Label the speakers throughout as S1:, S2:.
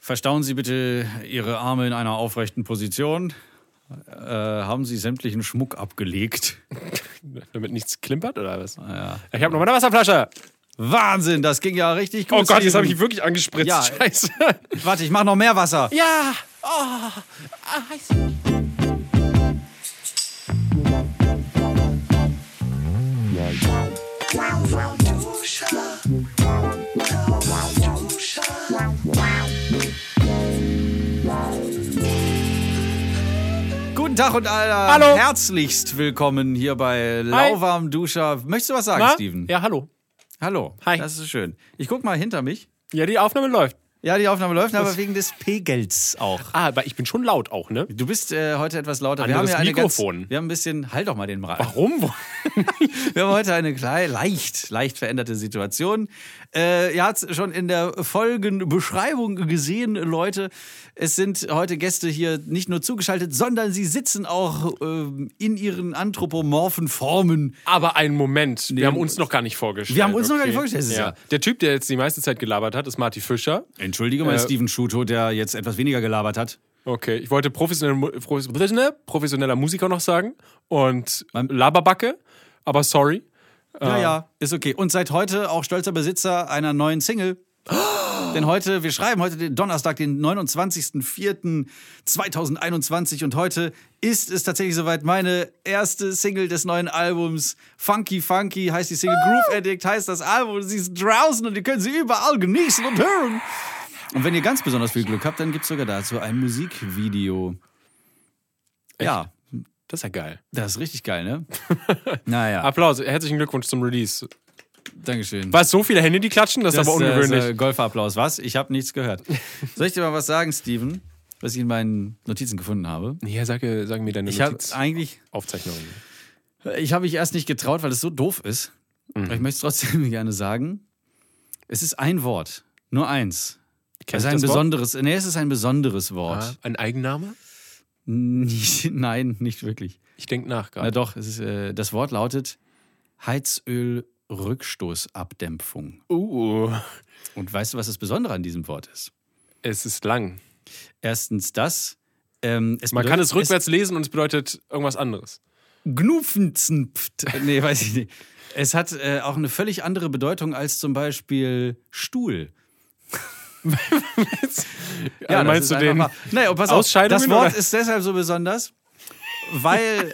S1: Verstauen Sie bitte Ihre Arme in einer aufrechten Position. Haben Sie sämtlichen Schmuck abgelegt?
S2: Damit nichts klimpert oder was?
S1: Ja.
S2: Ich habe noch mal eine Wasserflasche.
S1: Wahnsinn, das ging ja richtig gut.
S2: Oh Gott, jetzt habe ich ihn wirklich angespritzt.
S1: Ja.
S2: Scheiße.
S1: Warte, ich mach noch mehr Wasser.
S2: Ja. Heiß.
S1: Guten Tag und
S2: Hallo.
S1: Herzlichst willkommen hier bei Lauwarm Duscher. Möchtest du was sagen, Steven?
S2: Ja, hallo.
S1: Hallo.
S2: Hi.
S1: Das ist schön. Ich guck mal hinter mich.
S2: Ja, die Aufnahme läuft.
S1: Ja, die Aufnahme läuft, aber wegen des Pegels auch.
S2: Aber ich bin schon laut auch, ne?
S1: Du bist heute etwas lauter.
S2: Anderes
S1: wir haben ja
S2: Mikrofon.
S1: wir haben ein bisschen, halt doch mal den Rahmen.
S2: Warum?
S1: Wir haben heute eine leicht veränderte Situation. Ihr habt es schon in der Folgenbeschreibung gesehen, Leute. Es sind heute Gäste hier nicht nur zugeschaltet, sondern sie sitzen auch in ihren anthropomorphen Formen.
S2: Aber einen Moment, wir haben uns noch gar nicht vorgestellt.
S1: Wir haben uns noch gar nicht vorgestellt. Das ist
S2: Ja. Der Typ, der jetzt die meiste Zeit gelabert hat, ist Marty Fischer.
S1: Entschuldige mal, Steven Schuto, der jetzt etwas weniger gelabert hat.
S2: Okay, ich wollte professioneller Musiker noch sagen und Laberbacke, aber sorry.
S1: Ja, ist okay. Und seit heute auch stolzer Besitzer einer neuen Single. Denn wir schreiben heute den Donnerstag, den 29.04.2021 und heute ist es tatsächlich soweit, meine erste Single des neuen Albums. Funky Funky heißt die Single, Groove Addict heißt das Album. Sie ist draußen und ihr könnt sie überall genießen und hören. Und wenn ihr ganz besonders viel Glück habt, dann gibt es sogar dazu ein Musikvideo.
S2: Echt?
S1: Ja.
S2: Das ist ja geil.
S1: Das ist richtig geil, ne? Naja.
S2: Applaus, herzlichen Glückwunsch zum Release.
S1: Dankeschön.
S2: Was, so viele Hände, die klatschen? Das ist aber ungewöhnlich.
S1: Das Golfapplaus. Was? Ich habe nichts gehört. Soll ich dir mal was sagen, Steven? Was ich in meinen Notizen gefunden habe?
S2: Ja, sag mir deine
S1: Aufzeichnungen. Ich habe mich erst nicht getraut, weil es so doof ist. Aber ich möchte es trotzdem gerne sagen. Es ist ein Wort. Nur eins. Es ist ein besonderes. Nee, es ist ein besonderes Wort.
S2: Ah, ein Eigenname?
S1: Nein, nicht wirklich.
S2: Ich denke nach gerade.
S1: Na doch, das Wort lautet Heizölrückstoßabdämpfung. Und weißt du, was das Besondere an diesem Wort ist?
S2: Es ist lang.
S1: Erstens das.
S2: Man kann es rückwärts lesen und es bedeutet irgendwas anderes.
S1: Gnufenzpft. Nee, weiß ich nicht. Es hat auch eine völlig andere Bedeutung als zum Beispiel Stuhl.
S2: Ja, meinst du den
S1: pass auf, das Wort ist deshalb so besonders, weil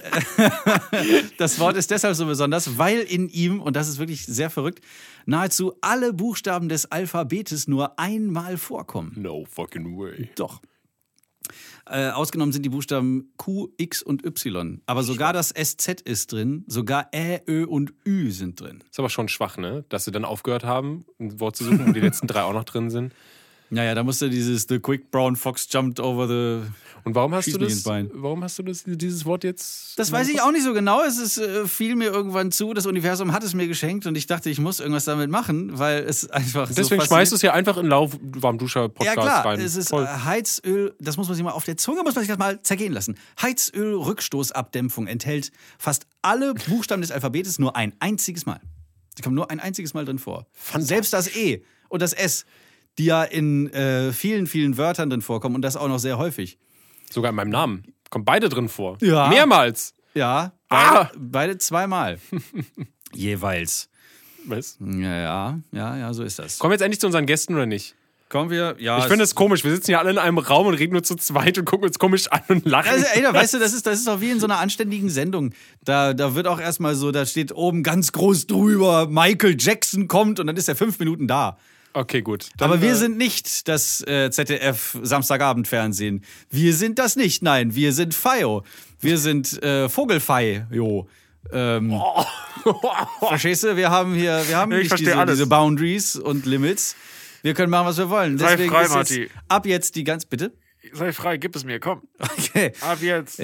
S1: in ihm, und das ist wirklich sehr verrückt, nahezu alle Buchstaben des Alphabetes nur einmal vorkommen.
S2: No fucking way.
S1: Doch. Ausgenommen sind die Buchstaben Q, X und Y. Aber sogar das SZ ist drin, sogar Ä, Ö und Ü sind drin.
S2: Ist aber schon schwach, ne? Dass sie dann aufgehört haben, ein Wort zu suchen, wo die letzten 3 auch noch drin sind.
S1: Naja, da musste dieses The Quick Brown Fox jumped over the...
S2: Und warum hast du dieses Wort jetzt?
S1: Das weiß ich auch nicht so genau. Es fiel mir irgendwann zu, das Universum hat es mir geschenkt und ich dachte, ich muss irgendwas damit machen, weil es einfach
S2: Deswegen
S1: so
S2: schmeißt du es ja einfach in Lauwarm-Duscher-Podcast rein.
S1: Ja klar, es ist Heizöl, das muss man sich mal auf der Zunge, mal zergehen lassen. Heizölrückstoßabdämpfung enthält fast alle Buchstaben des Alphabetes nur ein einziges Mal. Sie kommen nur ein einziges Mal drin vor. Selbst das E und das S, die ja in vielen, vielen Wörtern drin vorkommen und das auch noch sehr häufig.
S2: Sogar in meinem Namen. Kommen beide drin vor.
S1: Ja.
S2: Mehrmals.
S1: Ja, beide zweimal. Jeweils.
S2: Was?
S1: Ja, so ist das.
S2: Kommen wir jetzt endlich zu unseren Gästen oder nicht?
S1: Kommen wir, ja.
S2: Ich finde es komisch. Wir sitzen ja alle in einem Raum und reden nur zu zweit und gucken uns komisch an und lachen.
S1: Also, weißt du, das ist doch wie in so einer anständigen Sendung. Da wird auch erstmal so, da steht oben ganz groß drüber, Michael Jackson kommt und dann ist er 5 Minuten da.
S2: Okay, gut. Dann,
S1: aber wir sind nicht das ZDF Samstagabendfernsehen. Wir sind das nicht, nein. Wir sind FIO. Wir sind Vogelfei. Verstehst du? Wir haben nicht diese Boundaries und Limits. Wir können machen, was wir wollen. Deswegen
S2: sei frei, Marty.
S1: Ab jetzt die ganz... Bitte?
S2: Sei frei, gib es mir, komm.
S1: Okay.
S2: Ab jetzt.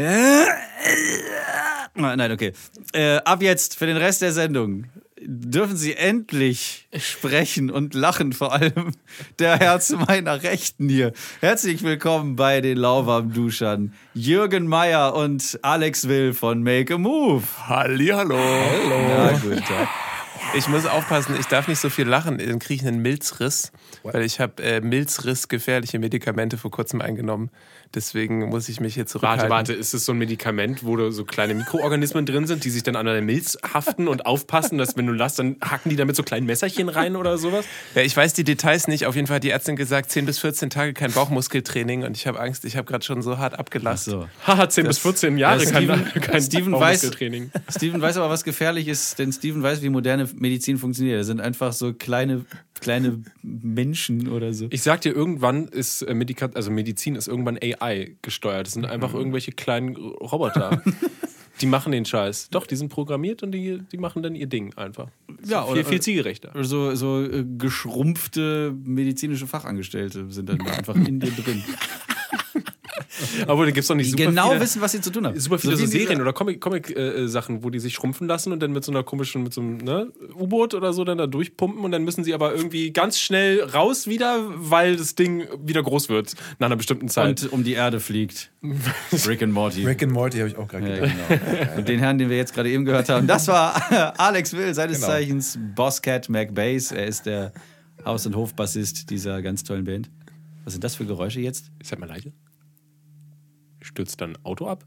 S1: Nein, okay. Ab jetzt für den Rest der Sendung dürfen Sie endlich sprechen und lachen, vor allem der Herr zu meiner Rechten hier. Herzlich willkommen bei den Lauwarm-Duschern. Jürgen Meyer und Alex Will von Make a Move.
S2: Hallihallo.
S1: Hallo. Ja, guten Tag.
S2: Ich muss aufpassen, ich darf nicht so viel lachen, dann kriege ich einen Milzriss, weil ich habe milzrissgefährliche Medikamente vor kurzem eingenommen. Deswegen muss ich mich hier zurückhalten.
S3: Warte, ist es so ein Medikament, wo da so kleine Mikroorganismen drin sind, die sich dann an der Milz haften und aufpassen, dass wenn du lachst, dann hacken die da mit so kleinen Messerchen rein oder sowas?
S2: Ja, ich weiß die Details nicht. Auf jeden Fall hat die Ärztin gesagt, 10 bis 14 Tage kein Bauchmuskeltraining und ich habe Angst, ich habe gerade schon so hart abgelacht.
S1: So.
S3: Haha, 10 bis 14 Jahre kein
S1: Steven
S3: Bauchmuskeltraining.
S1: Steven weiß aber, was gefährlich ist, denn Steven weiß, wie moderne Medizin funktioniert. Das sind einfach so kleine Menschen oder so.
S3: Ich sag dir, irgendwann ist Medizin ist irgendwann AI gesteuert. Das sind einfach irgendwelche kleinen Roboter. Die machen den Scheiß. Doch, die sind programmiert und die machen dann ihr Ding einfach.
S1: Ja,
S3: viel zielgerechter.
S1: So geschrumpfte medizinische Fachangestellte sind dann einfach in dir drin.
S3: Aber da gibt es doch nicht
S1: Die
S3: super
S1: genau
S3: viele,
S1: wissen, was sie zu tun haben.
S3: super viele
S1: So
S3: so
S1: wie
S3: Serien oder Comic-Sachen, wo die sich schrumpfen lassen und dann mit so einem U-Boot oder so dann da durchpumpen und dann müssen sie aber irgendwie ganz schnell raus wieder, weil das Ding wieder groß wird nach einer bestimmten Zeit.
S1: Und um die Erde fliegt. Rick and Morty.
S4: Rick and Morty habe ich auch gerade gedacht.
S1: Genau. Und den Herrn, den wir jetzt gerade eben gehört haben, das war Alex Will, seines Zeichens Bosscat McBass. Er ist der Haus- und Hofbassist dieser ganz tollen Band. Was sind das für Geräusche jetzt?
S3: Seid mal leise. Stürzt dann ein Auto ab?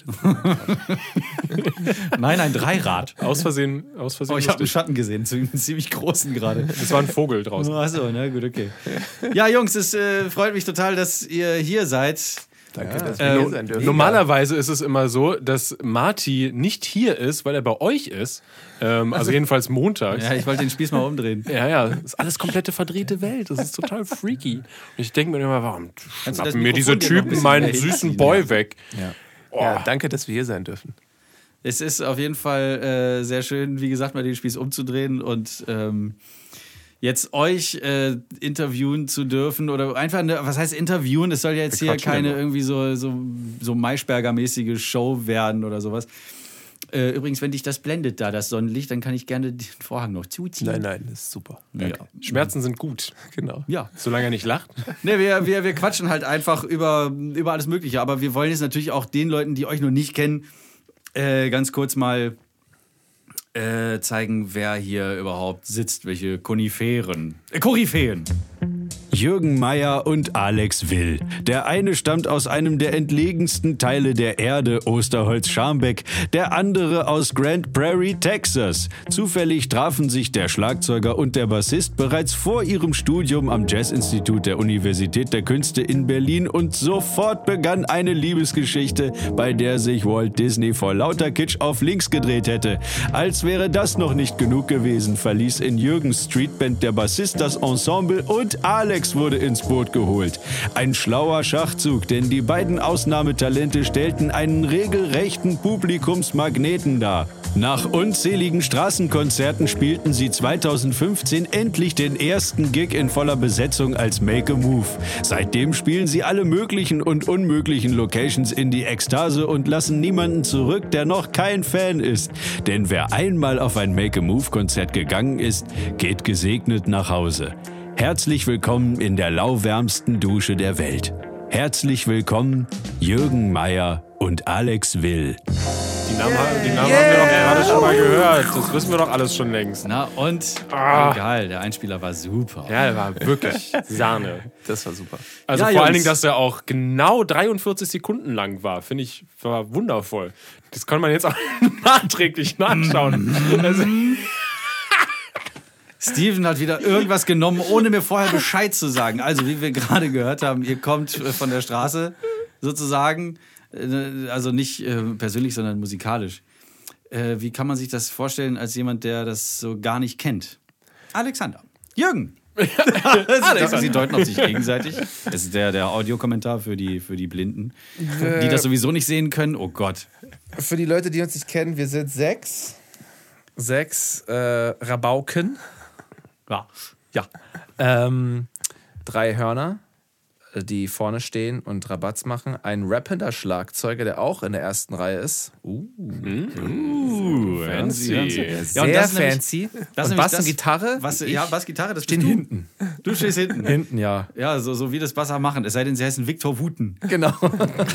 S1: Nein, ein Dreirad.
S3: Aus Versehen.
S1: Oh, ich habe einen Schatten gesehen, einen ziemlich großen gerade.
S3: Das war ein Vogel draußen.
S1: Achso, na gut, okay. Ja, Jungs, es freut mich total, dass ihr hier seid.
S4: Danke, dass wir hier sein dürfen.
S3: Normalerweise ist es immer so, dass Marty nicht hier ist, weil er bei euch ist. Also jedenfalls montags.
S1: Ja, ich wollte den Spieß mal umdrehen.
S3: Ja, das ist alles komplette verdrehte Welt. Das ist total freaky. Und ich denke mir immer, warum
S1: Kannst du das
S3: schnappen mir diese
S1: Mikrofon dir noch ein
S3: Typen
S1: bisschen
S3: meinen
S1: mehr
S3: süßen
S1: hinziehen,
S3: Boy
S1: ja.
S3: weg?
S4: Ja, danke, dass wir hier sein dürfen.
S1: Es ist auf jeden Fall sehr schön, wie gesagt, mal den Spieß umzudrehen und jetzt euch interviewen zu dürfen oder einfach, was heißt interviewen? Es soll ja jetzt hier keine irgendwie so Maischberger-mäßige Show werden oder sowas. Übrigens, wenn dich das blendet da, das Sonnenlicht, dann kann ich gerne den Vorhang noch zuziehen.
S4: Nein, das ist super.
S1: Ja.
S3: Schmerzen sind gut.
S4: Genau.
S1: Ja.
S3: Solange er nicht lacht.
S1: Ne, wir quatschen halt einfach über alles Mögliche, aber wir wollen jetzt natürlich auch den Leuten, die euch noch nicht kennen, ganz kurz mal zeigen, wer hier überhaupt sitzt, welche Koryphäen.
S5: Jürgen Meier und Alex Will. Der eine stammt aus einem der entlegensten Teile der Erde, Osterholz-Scharmbeck, der andere aus Grand Prairie, Texas. Zufällig trafen sich der Schlagzeuger und der Bassist bereits vor ihrem Studium am Jazzinstitut der Universität der Künste in Berlin und sofort begann eine Liebesgeschichte, bei der sich Walt Disney vor lauter Kitsch auf links gedreht hätte. Als wäre das noch nicht genug gewesen, verließ in Jürgens Streetband der Bassist das Ensemble und Alex wurde ins Boot geholt. Ein schlauer Schachzug, denn die beiden Ausnahmetalente stellten einen regelrechten Publikumsmagneten dar. Nach unzähligen Straßenkonzerten spielten sie 2015 endlich den ersten Gig in voller Besetzung als Make a Move. Seitdem spielen sie alle möglichen und unmöglichen Locations in die Ekstase und lassen niemanden zurück, der noch kein Fan ist. Denn wer einmal auf ein Make a Move Konzert gegangen ist, geht gesegnet nach Hause. Herzlich willkommen in der lauwarmsten Dusche der Welt. Herzlich willkommen, Jürgen Meier und Alex Will.
S3: Die Namen haben wir doch gerade schon mal gehört. Das wissen wir doch alles schon längst.
S1: Na und? Egal, der Einspieler war super.
S3: Ja, der war wirklich Sahne.
S4: Das war super.
S3: Also
S1: Ja,
S3: vor allen
S1: Jungs.
S3: Dingen, dass er auch genau 43 Sekunden lang war, finde ich, war wundervoll. Das kann man jetzt auch nachträglich nachschauen. Also,
S1: Steven hat wieder irgendwas genommen, ohne mir vorher Bescheid zu sagen. Also, wie wir gerade gehört haben, ihr kommt von der Straße sozusagen, also nicht persönlich, sondern musikalisch. Wie kann man sich das vorstellen als jemand, der das so gar nicht kennt? Alexander. Jürgen. Sie deuten auf sich gegenseitig. Das ist der Audiokommentar für die Blinden, die das sowieso nicht sehen können. Oh Gott.
S4: Für die Leute, die uns nicht kennen, wir sind sechs Rabauken.
S1: Ja.
S4: 3 Hörner, die vorne stehen und Rabatz machen. Ein rappender Schlagzeuger, der auch in der ersten Reihe ist.
S1: Fancy.
S4: Sehr
S1: und das ist
S4: fancy.
S1: das
S4: Und
S1: nämlich
S4: Bass und Gitarre?
S1: Bassgitarre, das
S4: stehen
S1: bist du.
S4: hinten.
S1: Du stehst hinten.
S4: Hinten, ja.
S1: Ja, so wie das Basser machen. Es sei denn, sie heißen Viktor Wuten.
S4: Genau.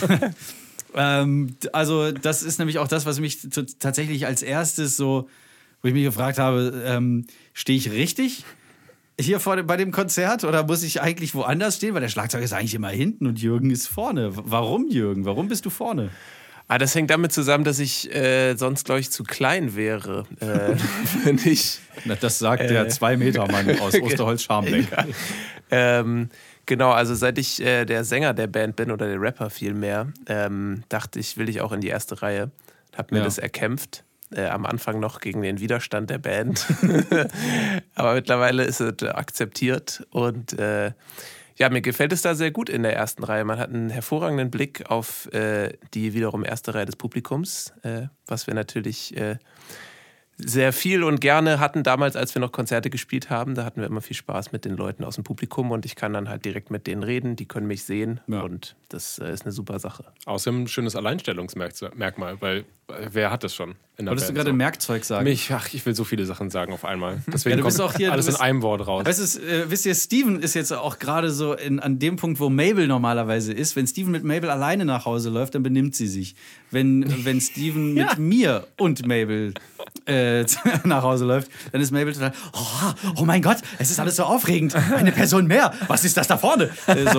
S1: Also, das ist nämlich auch das, was mich tatsächlich als erstes so wo ich mich gefragt habe, stehe ich richtig hier bei dem Konzert oder muss ich eigentlich woanders stehen? Weil der Schlagzeuger ist eigentlich immer hinten und Jürgen ist vorne. Warum, Jürgen? Warum bist du vorne?
S2: Das hängt damit zusammen, dass ich sonst, glaube ich, zu klein wäre. Wenn ich,
S1: Das sagt der 2-Meter-Mann aus Osterholz-Scharmbeck.
S2: Genau, also seit ich der Sänger der Band bin oder der Rapper vielmehr, dachte ich, will ich auch in die erste Reihe. Hab mir das erkämpft. Am Anfang noch gegen den Widerstand der Band. Aber mittlerweile ist es akzeptiert und mir gefällt es da sehr gut in der ersten Reihe. Man hat einen hervorragenden Blick auf die wiederum erste Reihe des Publikums, was wir natürlich sehr viel und gerne hatten damals, als wir noch Konzerte gespielt haben. Da hatten wir immer viel Spaß mit den Leuten aus dem Publikum und ich kann dann halt direkt mit denen reden, die können mich sehen und das ist eine super Sache.
S3: Außerdem ein schönes Alleinstellungsmerkmal, weil wer hat das schon in der
S1: Wolltest du
S3: Band
S1: gerade Merkzeug sagen?
S3: ich will so viele Sachen sagen auf einmal. Deswegen
S1: du bist
S3: kommt
S1: auch hier,
S3: alles in einem Wort raus.
S1: Wisst ihr, Steven ist jetzt auch gerade so an dem Punkt, wo Mabel normalerweise ist. Wenn Steven mit Mabel alleine nach Hause läuft, dann benimmt sie sich. Wenn Steven mit mir und Mabel nach Hause läuft, dann ist Mabel total, oh mein Gott, es ist alles so aufregend. Eine Person mehr. Was ist das da vorne?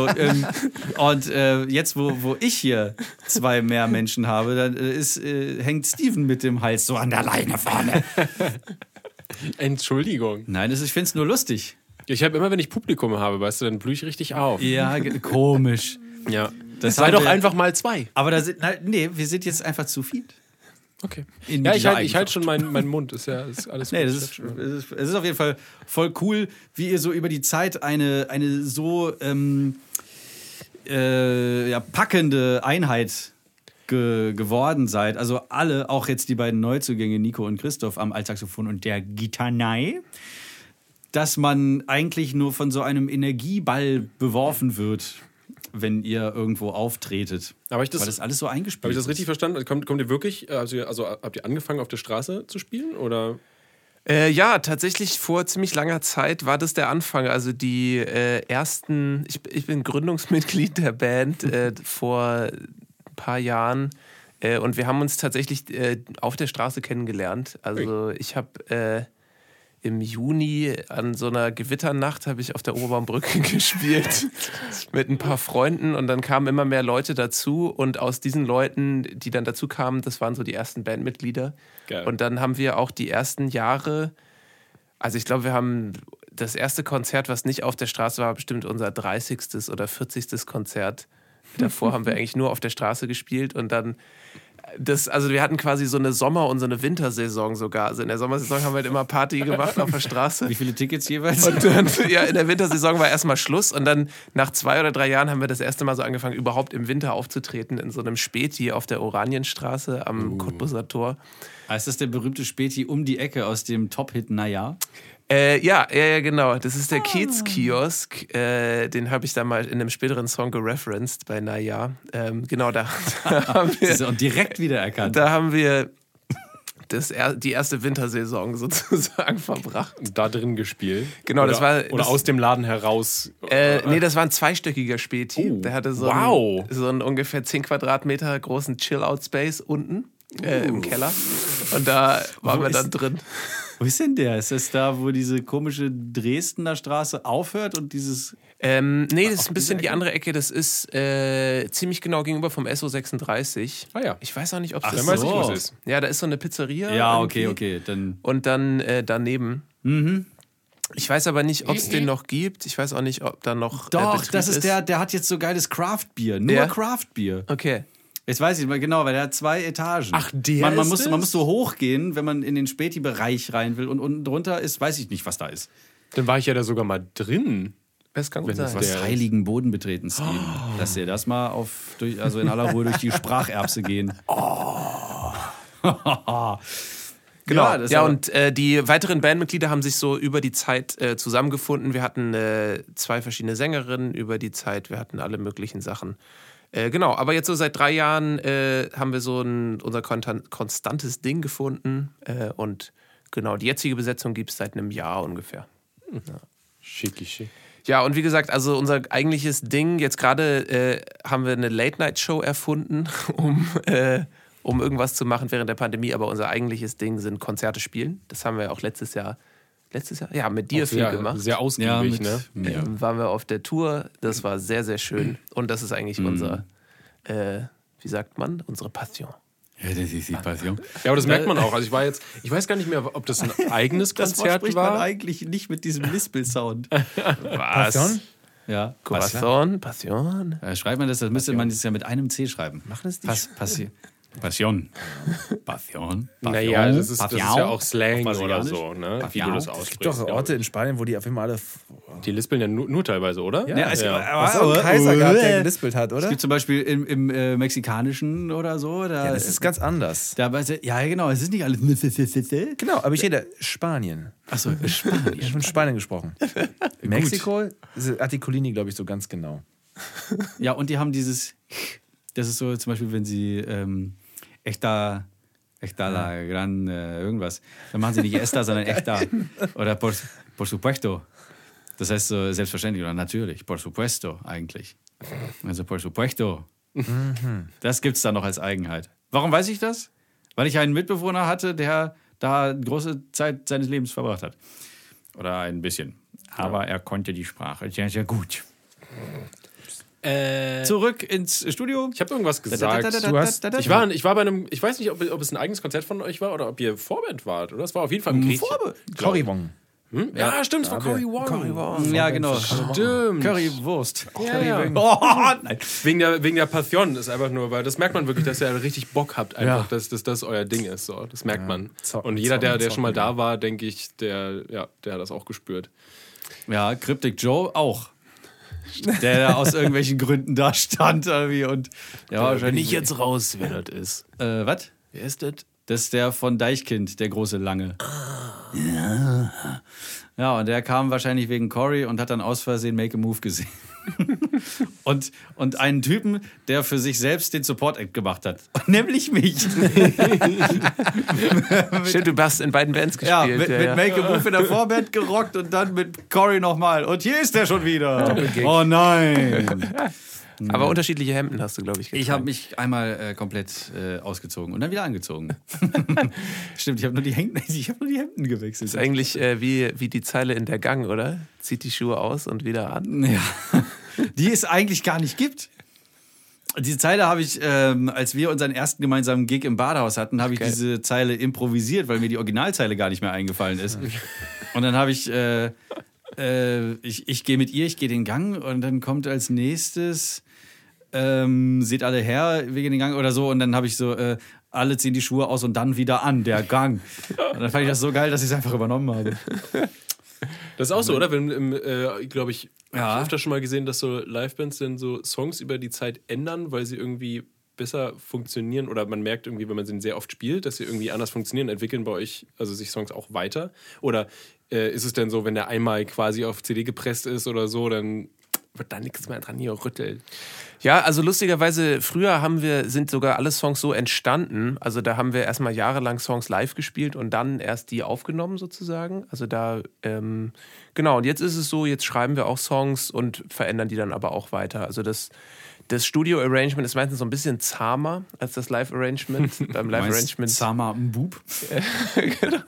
S1: Jetzt, wo ich hier 2 mehr Menschen habe, dann hängt Steven mit dem Hals so an der Leine vorne.
S3: Entschuldigung.
S1: Nein, ich finde es nur lustig.
S3: Ich habe immer, wenn ich Publikum habe, weißt du, dann blühe ich richtig auf.
S1: Ja, komisch.
S3: Ja.
S1: Das
S3: Sei
S1: haben
S3: doch
S1: wir-
S3: einfach mal 2.
S1: Aber wir sind jetzt einfach zu viel.
S3: Okay.
S1: In
S3: Ja,
S1: dieser
S3: ich halte schon meinen Mund. Ist alles
S1: Nee,
S3: gut.
S1: es ist auf jeden Fall voll cool, wie ihr so über die Zeit eine so packende Einheit geworden seid. Also alle, auch jetzt die beiden Neuzugänge, Nico und Christoph am Altsaxophon und der Gitarrei, dass man eigentlich nur von so einem Energieball beworfen wird, wenn ihr irgendwo auftretet.
S3: Aber
S1: weil das alles so eingespielt
S3: Habe ich das
S1: ist.
S3: richtig verstanden? Kommt ihr wirklich, also habt ihr angefangen auf der Straße zu spielen? Oder?
S2: Ja, tatsächlich vor ziemlich langer Zeit war das der Anfang. Also die ersten, ich bin Gründungsmitglied der Band vor ein paar Jahren und wir haben uns tatsächlich auf der Straße kennengelernt. Also ich habe im Juni an so einer Gewitternacht habe ich auf der Oberbaumbrücke gespielt mit ein paar Freunden und dann kamen immer mehr Leute dazu und aus diesen Leuten, die dann dazu kamen, das waren so die ersten Bandmitglieder.
S3: Geil.
S2: Und dann haben wir auch die ersten Jahre, also ich glaube, wir haben das erste Konzert, was nicht auf der Straße war, bestimmt unser 30. oder 40. Konzert. Davor haben wir eigentlich nur auf der Straße gespielt und dann also wir hatten quasi so eine Sommer- und so eine Wintersaison sogar. Also in der Sommersaison haben wir halt immer Party gemacht auf der Straße.
S1: Wie viele Tickets jeweils?
S2: Und dann, in der Wintersaison war erstmal Schluss und dann nach 2 oder 3 Jahren haben wir das erste Mal so angefangen, überhaupt im Winter aufzutreten in so einem Späti auf der Oranienstraße am Cottbuser Tor.
S1: Ist das der berühmte Späti um die Ecke aus dem Top-Hit Naja?
S2: Ja, genau. Das ist der Kiez-Kiosk. Den habe ich da mal in einem späteren Song gereferenced bei Naja. Genau, da haben wir...
S1: Und direkt wiedererkannt.
S2: Da haben wir die erste Wintersaison sozusagen verbracht.
S3: Da drin gespielt?
S2: Genau,
S3: oder,
S2: das war...
S3: Oder aus dem Laden heraus?
S2: Nee, das war ein 2-stöckiger Späti. Der hatte so einen ungefähr 10 Quadratmeter großen Chill-Out-Space unten im Keller. Und da waren wir dann drin.
S1: Wo ist denn der? Ist das da, wo diese komische Dresdner Straße aufhört und dieses...
S2: Nee, das ist ein bisschen die andere Ecke. Das ist ziemlich genau gegenüber vom SO36.
S3: Ah ja.
S2: Ich weiß auch nicht, ob
S1: Ach
S2: das
S3: Dann weiß ich, was
S1: so.
S3: es ist.
S2: Ja, da ist so eine Pizzeria.
S1: Ja,
S2: irgendwie.
S1: okay. Dann
S2: Und dann daneben. Ich weiß aber nicht, ob es den noch gibt. Ich weiß auch nicht, ob da noch
S1: Doch,
S2: Betrieb
S1: das ist der hat jetzt so geiles Craft-Bier. Nur
S2: Ja?
S1: Craft-Bier.
S2: Okay.
S1: Jetzt weiß ich nicht mal genau, weil der hat 2 Etagen.
S3: Ach, der
S1: man
S3: ist
S1: muss,
S3: es?
S1: man muss so hochgehen, wenn man in den Späti-Bereich rein will. Und unten drunter ist, weiß ich nicht, was da ist.
S3: Dann war ich ja da sogar mal drin.
S2: Das kann gut
S3: Wenn das
S2: sein.
S3: was-
S1: Du hast
S3: Der
S1: heiligen Boden betreten, Steven. Lass dir das mal also in aller Ruhe durch die Spracherbse gehen.
S2: Genau.
S1: Ja, das
S2: Ja,
S1: aber-
S2: und die weiteren Bandmitglieder haben sich so über die Zeit zusammengefunden. Wir hatten 2 verschiedene Sängerinnen über die Zeit. Wir hatten alle möglichen Sachen. Genau, aber jetzt so seit 3 Jahren haben wir so unser konstantes Ding gefunden. Und genau, die jetzige Besetzung gibt es seit einem Jahr ungefähr.
S3: Schicki.
S2: Ja, und wie gesagt, also unser eigentliches Ding, jetzt gerade haben wir eine Late-Night-Show erfunden, um um irgendwas zu machen während der Pandemie, aber unser eigentliches Ding sind Konzerte spielen. Das haben wir auch letztes Jahr? Ja, mit dir viel gemacht.
S3: Sehr ausgiebig,
S1: ja,
S3: ne?
S2: Waren wir auf der Tour, das war sehr, sehr schön. Und das ist eigentlich unser, wie sagt man, unsere Passion.
S1: Ja, das ist die Passion.
S3: Ja, aber das merkt man auch. Also ich weiß gar nicht mehr, ob das ein eigenes
S1: Das Wort
S3: Konzert
S1: spricht man
S3: war.
S1: eigentlich nicht mit diesem Lispel-Sound.
S2: Was?
S1: Ja.
S2: Corazon, Passion.
S1: Schreibt man das müsste man das ja mit einem C schreiben.
S4: Machen es nicht.
S1: Passion. Passion.
S3: Naja, das ist ja auch Slang
S1: Auf
S3: oder
S1: Brasilianisch.
S3: so, ne? Wie
S1: Passion.
S3: du das
S4: Es
S3: aussprichst.
S4: gibt doch
S3: glaub
S4: Orte
S3: ich.
S4: in Spanien, wo die auf einmal alle.
S3: Die lispeln ja nur teilweise, oder?
S1: Ja,
S4: Was auch ein Kaiser gab, der gelispelt hat, oder?
S1: Es gibt zum Beispiel im Mexikanischen oder so. Da,
S4: Ja, das ist ganz anders.
S1: ja, genau, es ist nicht alles.
S4: Genau, aber ich rede Spanien.
S1: Achso,
S4: Ich habe von Spanien gesprochen. Mexiko Articulini, glaube ich, so ganz genau.
S1: Ja, und die haben dieses. Das ist so zum Beispiel, wenn sie Echta la gran irgendwas. Dann machen sie nicht Esta, sondern Echta. Oder por supuesto. Das heißt so selbstverständlich oder natürlich. Por supuesto eigentlich. Also por supuesto. Das gibt es dann noch als Eigenheit. Warum weiß ich das? Weil ich einen Mitbewohner hatte, der da große Zeit seines Lebens verbracht hat. Oder ein bisschen. Aber er konnte die Sprache sehr, sehr gut. Zurück ins Studio.
S3: Ich habe irgendwas gesagt. Ich war bei einem, ich weiß nicht, ob es ein eigenes Konzert von euch war oder ob ihr Vorband wart, oder? Es war auf jeden Fall ein Grieche.
S4: Corribong.
S3: Ja, stimmt, es war Cory Wong.
S1: Ja, genau.
S3: Stimmt.
S1: Currywurst.
S3: Ja.
S1: Oh, nein.
S3: Wegen der Passion ist einfach nur, weil das merkt man wirklich, dass ihr richtig Bock habt, einfach, dass das euer Ding ist. So. Das merkt man. Und jeder, der schon mal da war, denke ich, der hat das auch gespürt.
S1: Ja, Cryptic Joe auch. Der aus irgendwelchen Gründen da stand irgendwie und ja, wahrscheinlich.
S2: raus, wer das ist.
S1: Was?
S2: Wer ist das?
S1: Das ist der von Deichkind, der große Lange. Ja, und der kam wahrscheinlich wegen Cory und hat dann aus Versehen Make a Move gesehen. und einen Typen, der für sich selbst den Support-Act gemacht hat. Nämlich mich.
S2: Stimmt, du hast in beiden Bands
S1: Ja,
S2: gespielt.
S1: mit Make a Move in der Vorband gerockt und dann mit Cory nochmal. Und hier ist er schon wieder. Oh nein.
S2: Aber unterschiedliche Hemden hast du, glaube ich, getragen.
S1: Ich habe mich einmal komplett ausgezogen und dann wieder angezogen. Stimmt, ich habe nur die Hemden gewechselt.
S2: Das ist eigentlich wie die Zeile in der Gang, oder? Zieht die Schuhe aus und wieder an.
S1: Ja. Die es eigentlich gar nicht gibt. Diese Zeile habe ich, als wir unseren ersten gemeinsamen Gig im Badehaus hatten, habe ich diese Zeile improvisiert, weil mir die Originalzeile gar nicht mehr eingefallen ist. Und dann habe ich, ich gehe mit ihr, ich gehe den Gang und dann kommt als nächstes, seht alle her, wir gehen den Gang oder so und dann habe ich so, alle ziehen die Schuhe aus und dann wieder an, der Gang. Und dann fand ich das so geil, dass ich es einfach übernommen habe.
S3: Das ist auch so, oder? Wenn, glaube ich,
S1: Ja.
S3: ich habe öfter schon mal gesehen, dass so Livebands dann so Songs über die Zeit ändern, weil sie irgendwie besser funktionieren oder man merkt irgendwie, wenn man sie sehr oft spielt, dass sie irgendwie anders funktionieren, entwickeln bei euch, also sich Songs auch weiter? Oder ist es denn so, wenn der einmal quasi auf CD gepresst ist oder so, dann wird da nichts mehr dran hier rütteln?
S2: Ja, also lustigerweise, früher sind sogar alle Songs so entstanden. Also da haben wir erstmal jahrelang Songs live gespielt und dann erst die aufgenommen sozusagen. Also da, genau, und jetzt ist es so, jetzt schreiben wir auch Songs und verändern die dann aber auch weiter. Also das Studio-Arrangement ist meistens so ein bisschen zahmer als das Live-Arrangement. Beim Live-Arrangement.
S1: Zahmer Bub.
S2: Genau.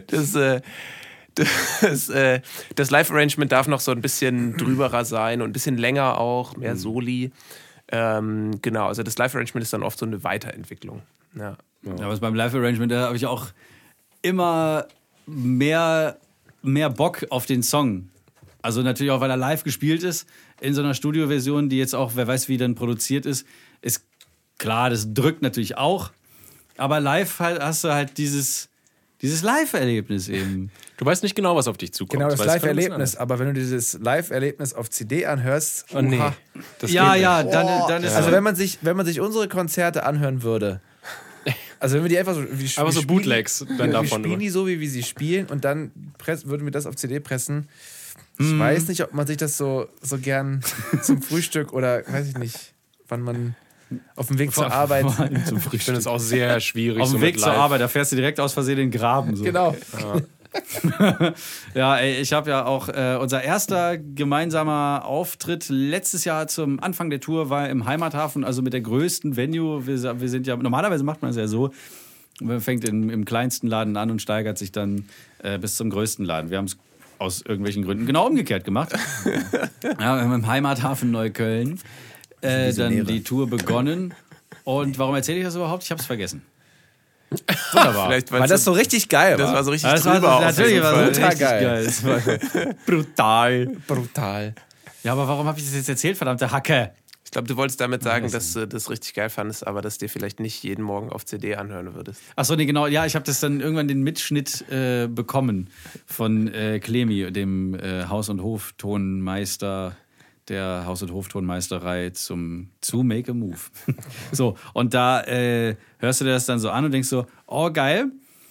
S2: Das Live-Arrangement darf noch so ein bisschen drüberer sein und ein bisschen länger auch, mehr Soli. Genau, also das Live-Arrangement ist dann oft so eine Weiterentwicklung. Ja.
S1: Ja, aber beim Live-Arrangement, da habe ich auch immer mehr Bock auf den Song. Also natürlich auch, weil er live gespielt ist, in so einer Studioversion, die jetzt auch, wer weiß, wie dann produziert ist klar, das drückt natürlich auch. Aber live halt, hast du halt dieses Live-Erlebnis eben.
S3: Du weißt nicht genau, was auf dich zukommt.
S4: Genau, das
S3: Weil es kann
S4: Live-Erlebnis. Aber wenn du dieses Live-Erlebnis auf CD anhörst,
S3: Oh nee.
S4: oha.
S3: Das
S1: Ja,
S3: geht
S1: ja,
S3: nicht.
S1: dann ist
S4: Also wenn man sich unsere Konzerte anhören würde, also wenn wir die einfach so,
S3: Aber so Bootlegs dann
S4: wir
S3: davon.
S4: spielen die so, wie wir sie spielen und dann würden wir das auf CD pressen. Ich weiß nicht, ob man sich das so gern zum Frühstück oder weiß ich nicht, wann man auf dem Weg zur Arbeit.
S3: Ich finde es auch sehr schwierig.
S1: auf
S3: so
S1: dem
S3: mit
S1: Weg zur
S3: live.
S1: Arbeit, da fährst du direkt aus Versehen in den Graben. So.
S4: Genau.
S1: Ja, ey, ich habe ja auch unser erster gemeinsamer Auftritt letztes Jahr zum Anfang der Tour war im Heimathafen, also mit der größten Venue. Wir sind ja, normalerweise macht man es ja so, man fängt im kleinsten Laden an und steigert sich dann bis zum größten Laden. Wir haben es aus irgendwelchen Gründen genau umgekehrt gemacht. Ja, im Heimathafen Neukölln dann die Tour begonnen. Und warum erzähle ich das überhaupt? Ich habe es vergessen. Wunderbar.
S2: Vielleicht,
S4: Weil das so richtig geil war.
S2: Das war so richtig
S1: Das war
S2: drüber auf
S1: natürlich
S2: jeden
S1: war
S2: Fall.
S1: das richtig geil. Das war brutal.
S4: Brutal.
S1: Ja, aber warum habe ich das jetzt erzählt, verdammte Hacke?
S2: Ich glaube, du wolltest damit sagen, dass du das richtig geil fandest, aber dass du dir vielleicht nicht jeden Morgen auf CD anhören würdest.
S1: Achso, nee, genau. Ja, ich habe das dann irgendwann den Mitschnitt bekommen von Clemi, dem Haus- und Hoftonmeister der Haus- und Hoftonmeisterei zu Make a Move. So, und da hörst du dir das dann so an und denkst so, oh geil,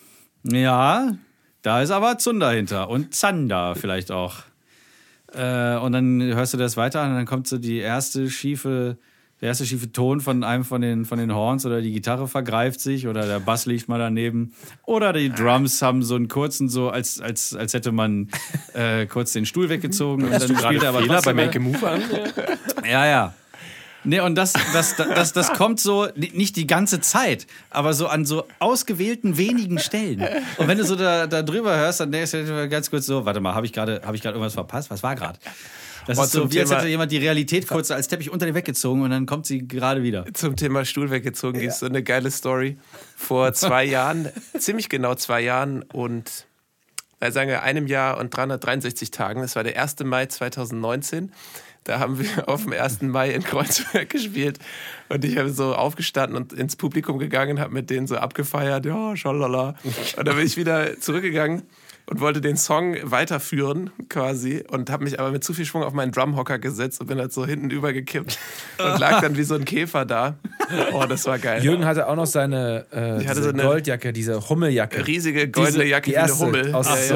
S1: ja, da ist aber Zunder hinter und Zander vielleicht auch. Und dann hörst du das weiter und dann kommt so der erste schiefe Ton von einem von den Horns oder die Gitarre vergreift sich oder der Bass liegt mal daneben oder die Drums haben so einen kurzen, so als hätte man kurz den Stuhl weggezogen und dann spielt er aber
S3: Fehler bei
S1: trotzdem
S3: Make a Move an?
S1: ja. Nee, und das kommt so, nicht die ganze Zeit, aber so an so ausgewählten wenigen Stellen. Und wenn du so da drüber hörst, dann denkst du ganz kurz so, warte mal, habe ich gerade irgendwas verpasst? Was war gerade? Das ist so, wie als hätte jemand die Realität kurz als Teppich unter dir weggezogen und dann kommt sie gerade wieder.
S2: Zum Thema Stuhl weggezogen gibt es so eine geile Story. Vor 2 Jahren, ziemlich genau 2 Jahren und sagen wir 1 Jahr und 363 Tagen, das war der 1. Mai 2019, da haben wir auf dem 1. Mai in Kreuzberg gespielt und ich habe so aufgestanden und ins Publikum gegangen und habe mit denen so abgefeiert, ja, schalala. Und dann bin ich wieder zurückgegangen und wollte den Song weiterführen quasi und habe mich aber mit zu viel Schwung auf meinen Drumhocker gesetzt und bin halt so hinten übergekippt und lag dann wie so ein Käfer da. Oh, das war geil.
S4: Jürgen hatte auch noch seine
S2: hatte so eine
S4: Goldjacke, diese Hummeljacke.
S2: Riesige goldene Jacke wie eine Hummel.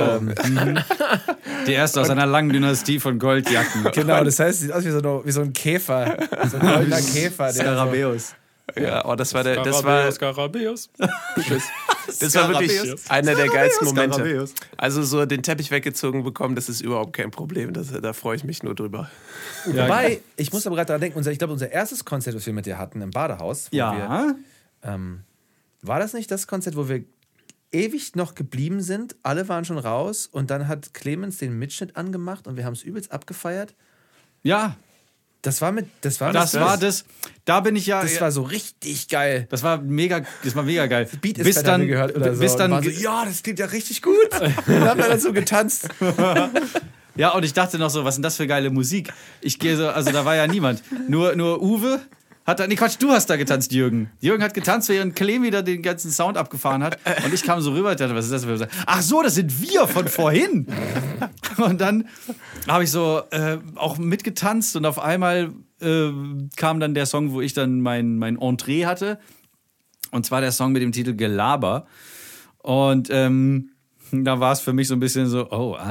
S1: Die erste aus einer langen Dynastie von Goldjacken.
S4: Genau, das heißt, sieht aus wie so ein Käfer. So ein goldener Käfer.
S1: Skarabäus.
S2: Ja, oh, das war
S3: Skarabäus.
S2: Das war wirklich einer der geilsten Momente. Also so den Teppich weggezogen bekommen, das ist überhaupt kein Problem. Da freue ich mich nur drüber.
S4: Wobei, ich muss aber gerade daran denken, ich glaube, unser erstes Konzert, was wir mit dir hatten im Badehaus, wo wir, war das nicht das Konzert, wo wir ewig noch geblieben sind? Alle waren schon raus und dann hat Clemens den Mitschnitt angemacht und wir haben es übelst abgefeiert.
S1: Ja.
S4: Das war
S1: das. Da bin ich ja.
S4: Das war so richtig geil.
S1: Das war mega geil.
S4: Beat ist dann gehört oder so.
S1: Bis dann
S4: so, ja, das klingt ja richtig gut. Und haben dann dazu getanzt.
S1: Ja, und ich dachte noch so, was ist denn das für geile Musik? Ich gehe so, also da war ja niemand. Nur Uwe hat da, nee Quatsch, du hast da getanzt, Jürgen. Jürgen hat getanzt, während Clem da den ganzen Sound abgefahren hat. Und ich kam so rüber und dachte, was ist das für... Ach so, das sind wir von vorhin. Und dann habe ich so auch mitgetanzt und auf einmal kam dann der Song, wo ich dann mein Entree hatte. Und zwar der Song mit dem Titel Gelaber. Und da war es für mich so ein bisschen so,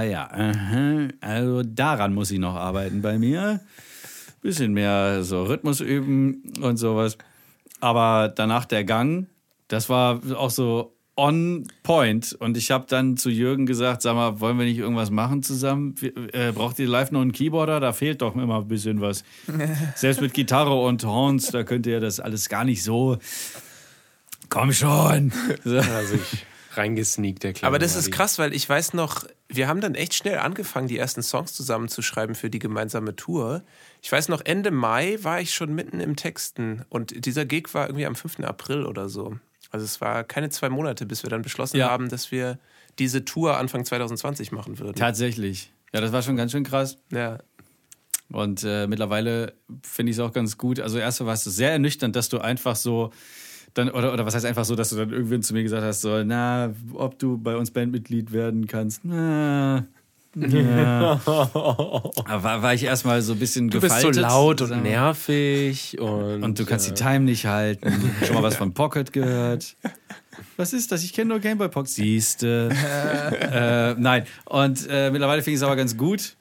S1: also daran muss ich noch arbeiten bei mir. Bisschen mehr so Rhythmus üben und sowas. Aber danach der Gang, das war auch so on point. Und ich habe dann zu Jürgen gesagt, sag mal, wollen wir nicht irgendwas machen zusammen? Braucht ihr live noch einen Keyboarder? Da fehlt doch immer ein bisschen was. Selbst mit Gitarre und Horns, da könnt ihr das alles gar nicht so... Komm schon!
S3: Also ich reingesneakt, der Kleine.
S2: Aber das ist krass, weil ich weiß noch, wir haben dann echt schnell angefangen, die ersten Songs zusammenzuschreiben für die gemeinsame Tour. Ich weiß noch, Ende Mai war ich schon mitten im Texten und dieser Gig war irgendwie am 5. April oder so. Also es war keine 2 Monate, bis wir dann beschlossen haben, dass wir diese Tour Anfang 2020 machen würden.
S1: Tatsächlich. Ja, das war schon ganz schön krass.
S2: Ja.
S1: Und mittlerweile finde ich es auch ganz gut. Also erst war es sehr ernüchternd, dass du einfach so dann, oder was heißt einfach so, dass du dann irgendwann zu mir gesagt hast, so, na, ob du bei uns Bandmitglied werden kannst, na. Ja. Aber war ich erstmal so ein bisschen gefaltet.
S3: Du bist so laut und nervig
S1: und du kannst die Time nicht halten. Schon mal was von Pocket gehört. Was ist das? Ich kenne nur Gameboy Pocket. Siehste. Nein. Und mittlerweile finde ich es aber ganz gut,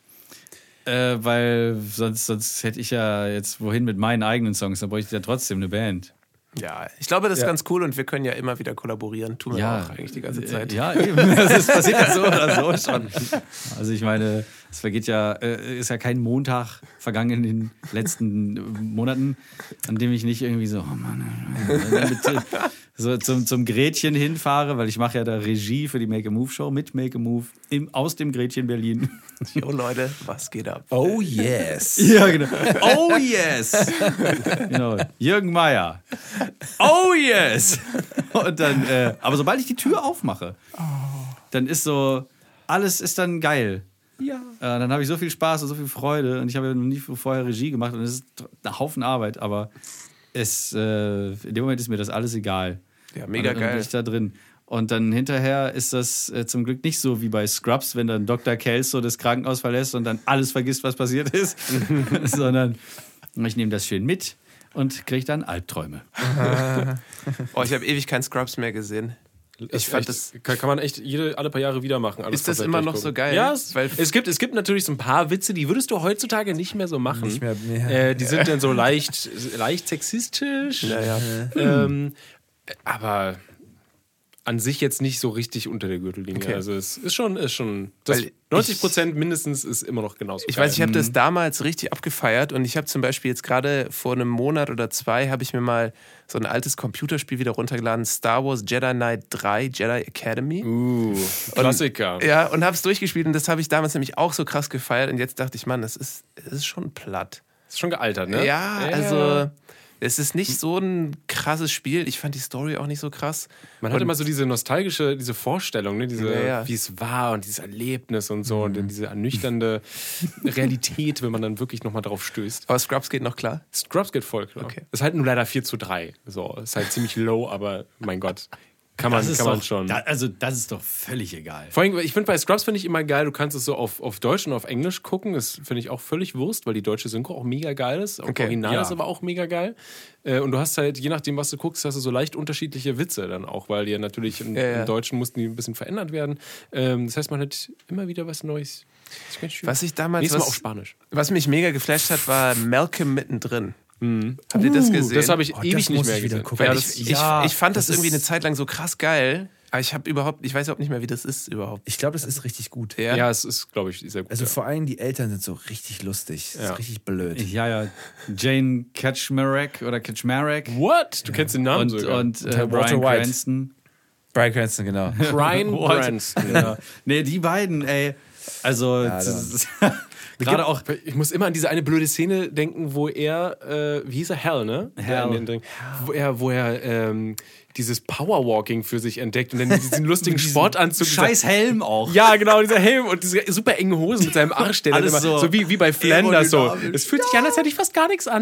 S1: weil sonst hätte ich ja jetzt wohin mit meinen eigenen Songs. Dann bräuchte ich ja trotzdem eine Band.
S2: Ja, ich glaube, das ist ganz cool und wir können ja immer wieder kollaborieren. Tun wir auch eigentlich die ganze Zeit.
S1: Ja, eben. Das passiert ja so oder so schon. Also ich meine, es vergeht ja, ist ja kein Montag vergangen in den letzten Monaten, an dem ich nicht irgendwie so, oh Mann, so zum Gretchen hinfahre, weil ich mache ja da Regie für die Make-A-Move-Show mit Make-A-Move aus dem Gretchen Berlin.
S2: Jo Leute, was geht ab?
S4: Oh yes.
S1: Ja, genau. Oh yes. Genau. Jürgen Meier. Oh yes. Und dann, aber sobald ich die Tür aufmache, dann ist so, alles ist dann geil.
S4: Ja.
S1: Dann habe ich so viel Spaß und so viel Freude und ich habe ja noch nie vorher Regie gemacht und es ist ein Haufen Arbeit, aber in dem Moment ist mir das alles egal.
S2: Ja, mega
S1: dann
S2: geil.
S1: bin ich da drin. Und dann hinterher ist das zum Glück nicht so wie bei Scrubs, wenn dann Dr. Kelso das Krankenhaus verlässt und dann alles vergisst, was passiert ist, sondern ich nehme das schön mit und kriege dann Albträume.
S2: Oh, ich habe ewig keinen Scrubs mehr gesehen. Ich fand das
S3: kann man echt alle paar Jahre wieder machen.
S2: Ist das immer noch so geil?
S3: Ja, es gibt natürlich so ein paar Witze, die würdest du heutzutage nicht mehr so machen.
S4: Nicht mehr.
S3: Die sind dann so leicht sexistisch. Aber an sich jetzt nicht so richtig unter der Gürtellinie.
S2: Okay.
S3: Also es ist schon das 90% mindestens ist immer noch genauso
S2: Ich
S3: geil.
S2: weiß, ich habe das damals richtig abgefeiert und ich habe zum Beispiel jetzt gerade vor einem Monat oder 2 habe ich mir mal so ein altes Computerspiel wieder runtergeladen, Star Wars Jedi Knight 3 Jedi Academy.
S3: Klassiker.
S2: Und habe es durchgespielt und das habe ich damals nämlich auch so krass gefeiert und jetzt dachte ich, Mann, das ist schon platt.
S3: Ist schon gealtert, ne?
S2: Ja, also es ist nicht so ein krasses Spiel. Ich fand die Story auch nicht so krass.
S3: Man hat immer so diese nostalgische, diese Vorstellung, ne?
S2: Ja.
S3: Wie es war und dieses Erlebnis und so und dann diese ernüchternde Realität, wenn man dann wirklich nochmal drauf stößt.
S2: Aber Scrubs geht noch klar?
S3: Scrubs geht voll klar.
S2: Okay.
S3: Ist halt nur leider 4:3. So, ist halt ziemlich low, aber mein Gott. Kann man schon.
S1: Das ist doch völlig egal.
S3: Vor allem, ich finde bei Scrubs finde ich immer geil, du kannst es so auf Deutsch und auf Englisch gucken. Das finde ich auch völlig Wurst, weil die deutsche Synchro auch mega geil ist. Auch Original ist aber auch mega geil. Und du hast halt, je nachdem, was du guckst, hast du so leicht unterschiedliche Witze dann auch, weil die ja natürlich im Deutschen mussten die ein bisschen verändert werden. Das heißt, man hat immer wieder was Neues. Das ist ganz schön.
S2: Was ich damals,
S3: Nächstes Mal auf Spanisch.
S2: Was mich mega geflasht hat, war Malcolm mittendrin. Habt ihr das gesehen?
S3: Das habe ich ewig nicht mehr gesehen.
S2: Weil ich fand das irgendwie eine Zeit lang so krass geil, aber ich weiß überhaupt nicht mehr, wie das ist überhaupt.
S4: Ich glaube, das ist richtig gut.
S3: Ja, es ist, glaube ich, sehr gut.
S4: Also vor allem die Eltern sind so richtig lustig. Das ist richtig blöd.
S1: Ja. Jane Kaczmarek.
S3: What? Du kennst den Namen sogar.
S1: Und
S4: Walter
S1: Bryan
S4: White.
S1: Cranston.
S4: Bryan Cranston, genau.
S3: Bryan Cranston.
S1: Genau. Nee, die beiden, ey. Also, gerade auch.
S3: Ich muss immer an diese eine blöde Szene denken, wo er, wie hieß er? Hal, ne?
S1: Hal.
S3: Wo er dieses Powerwalking für sich entdeckt und dann diesen lustigen Sportanzug.
S1: Scheiß Helm auch.
S3: Ja, genau, dieser Helm und diese super engen Hosen mit seinem Arsch, der dann
S1: Alles
S3: immer, so wie bei Flanders so. Es fühlt sich an, als hätte ich fast gar nichts an.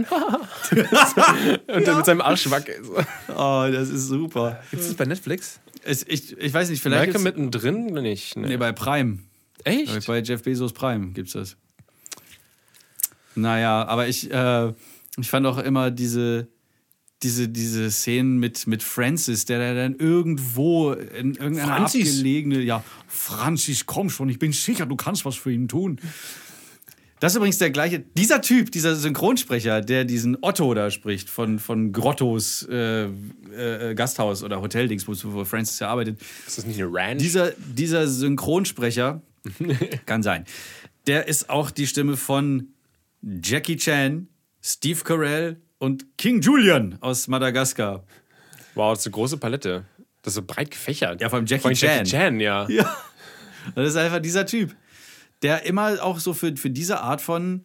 S3: Und dann mit seinem Arsch wackelt.
S1: Oh, das ist super.
S4: Gibt es das bei Netflix?
S1: Ich weiß nicht, vielleicht.
S3: Malcolm mittendrin nicht.
S1: Nee, bei Prime.
S3: Echt?
S1: Bei Jeff Bezos Prime gibt's das. Naja, aber ich fand auch immer diese Szenen mit Francis, der dann irgendwo in irgendeiner abgelegene, Francis, komm schon, ich bin sicher, du kannst was für ihn tun. Das ist übrigens der gleiche, dieser Typ, dieser Synchronsprecher, der diesen Otto da spricht, von Grottos Gasthaus oder Hoteldings, wo Francis ja arbeitet.
S3: Ist das nicht eine Ranch?
S1: Dieser Synchronsprecher, kann sein, der ist auch die Stimme von Jackie Chan, Steve Carell und King Julian aus Madagaskar.
S3: Wow, das ist eine große Palette. Das ist so breit gefächert.
S1: Ja, vor allem Jackie
S3: Chan, ja.
S1: Ja, das ist einfach dieser Typ, der immer auch so für diese Art von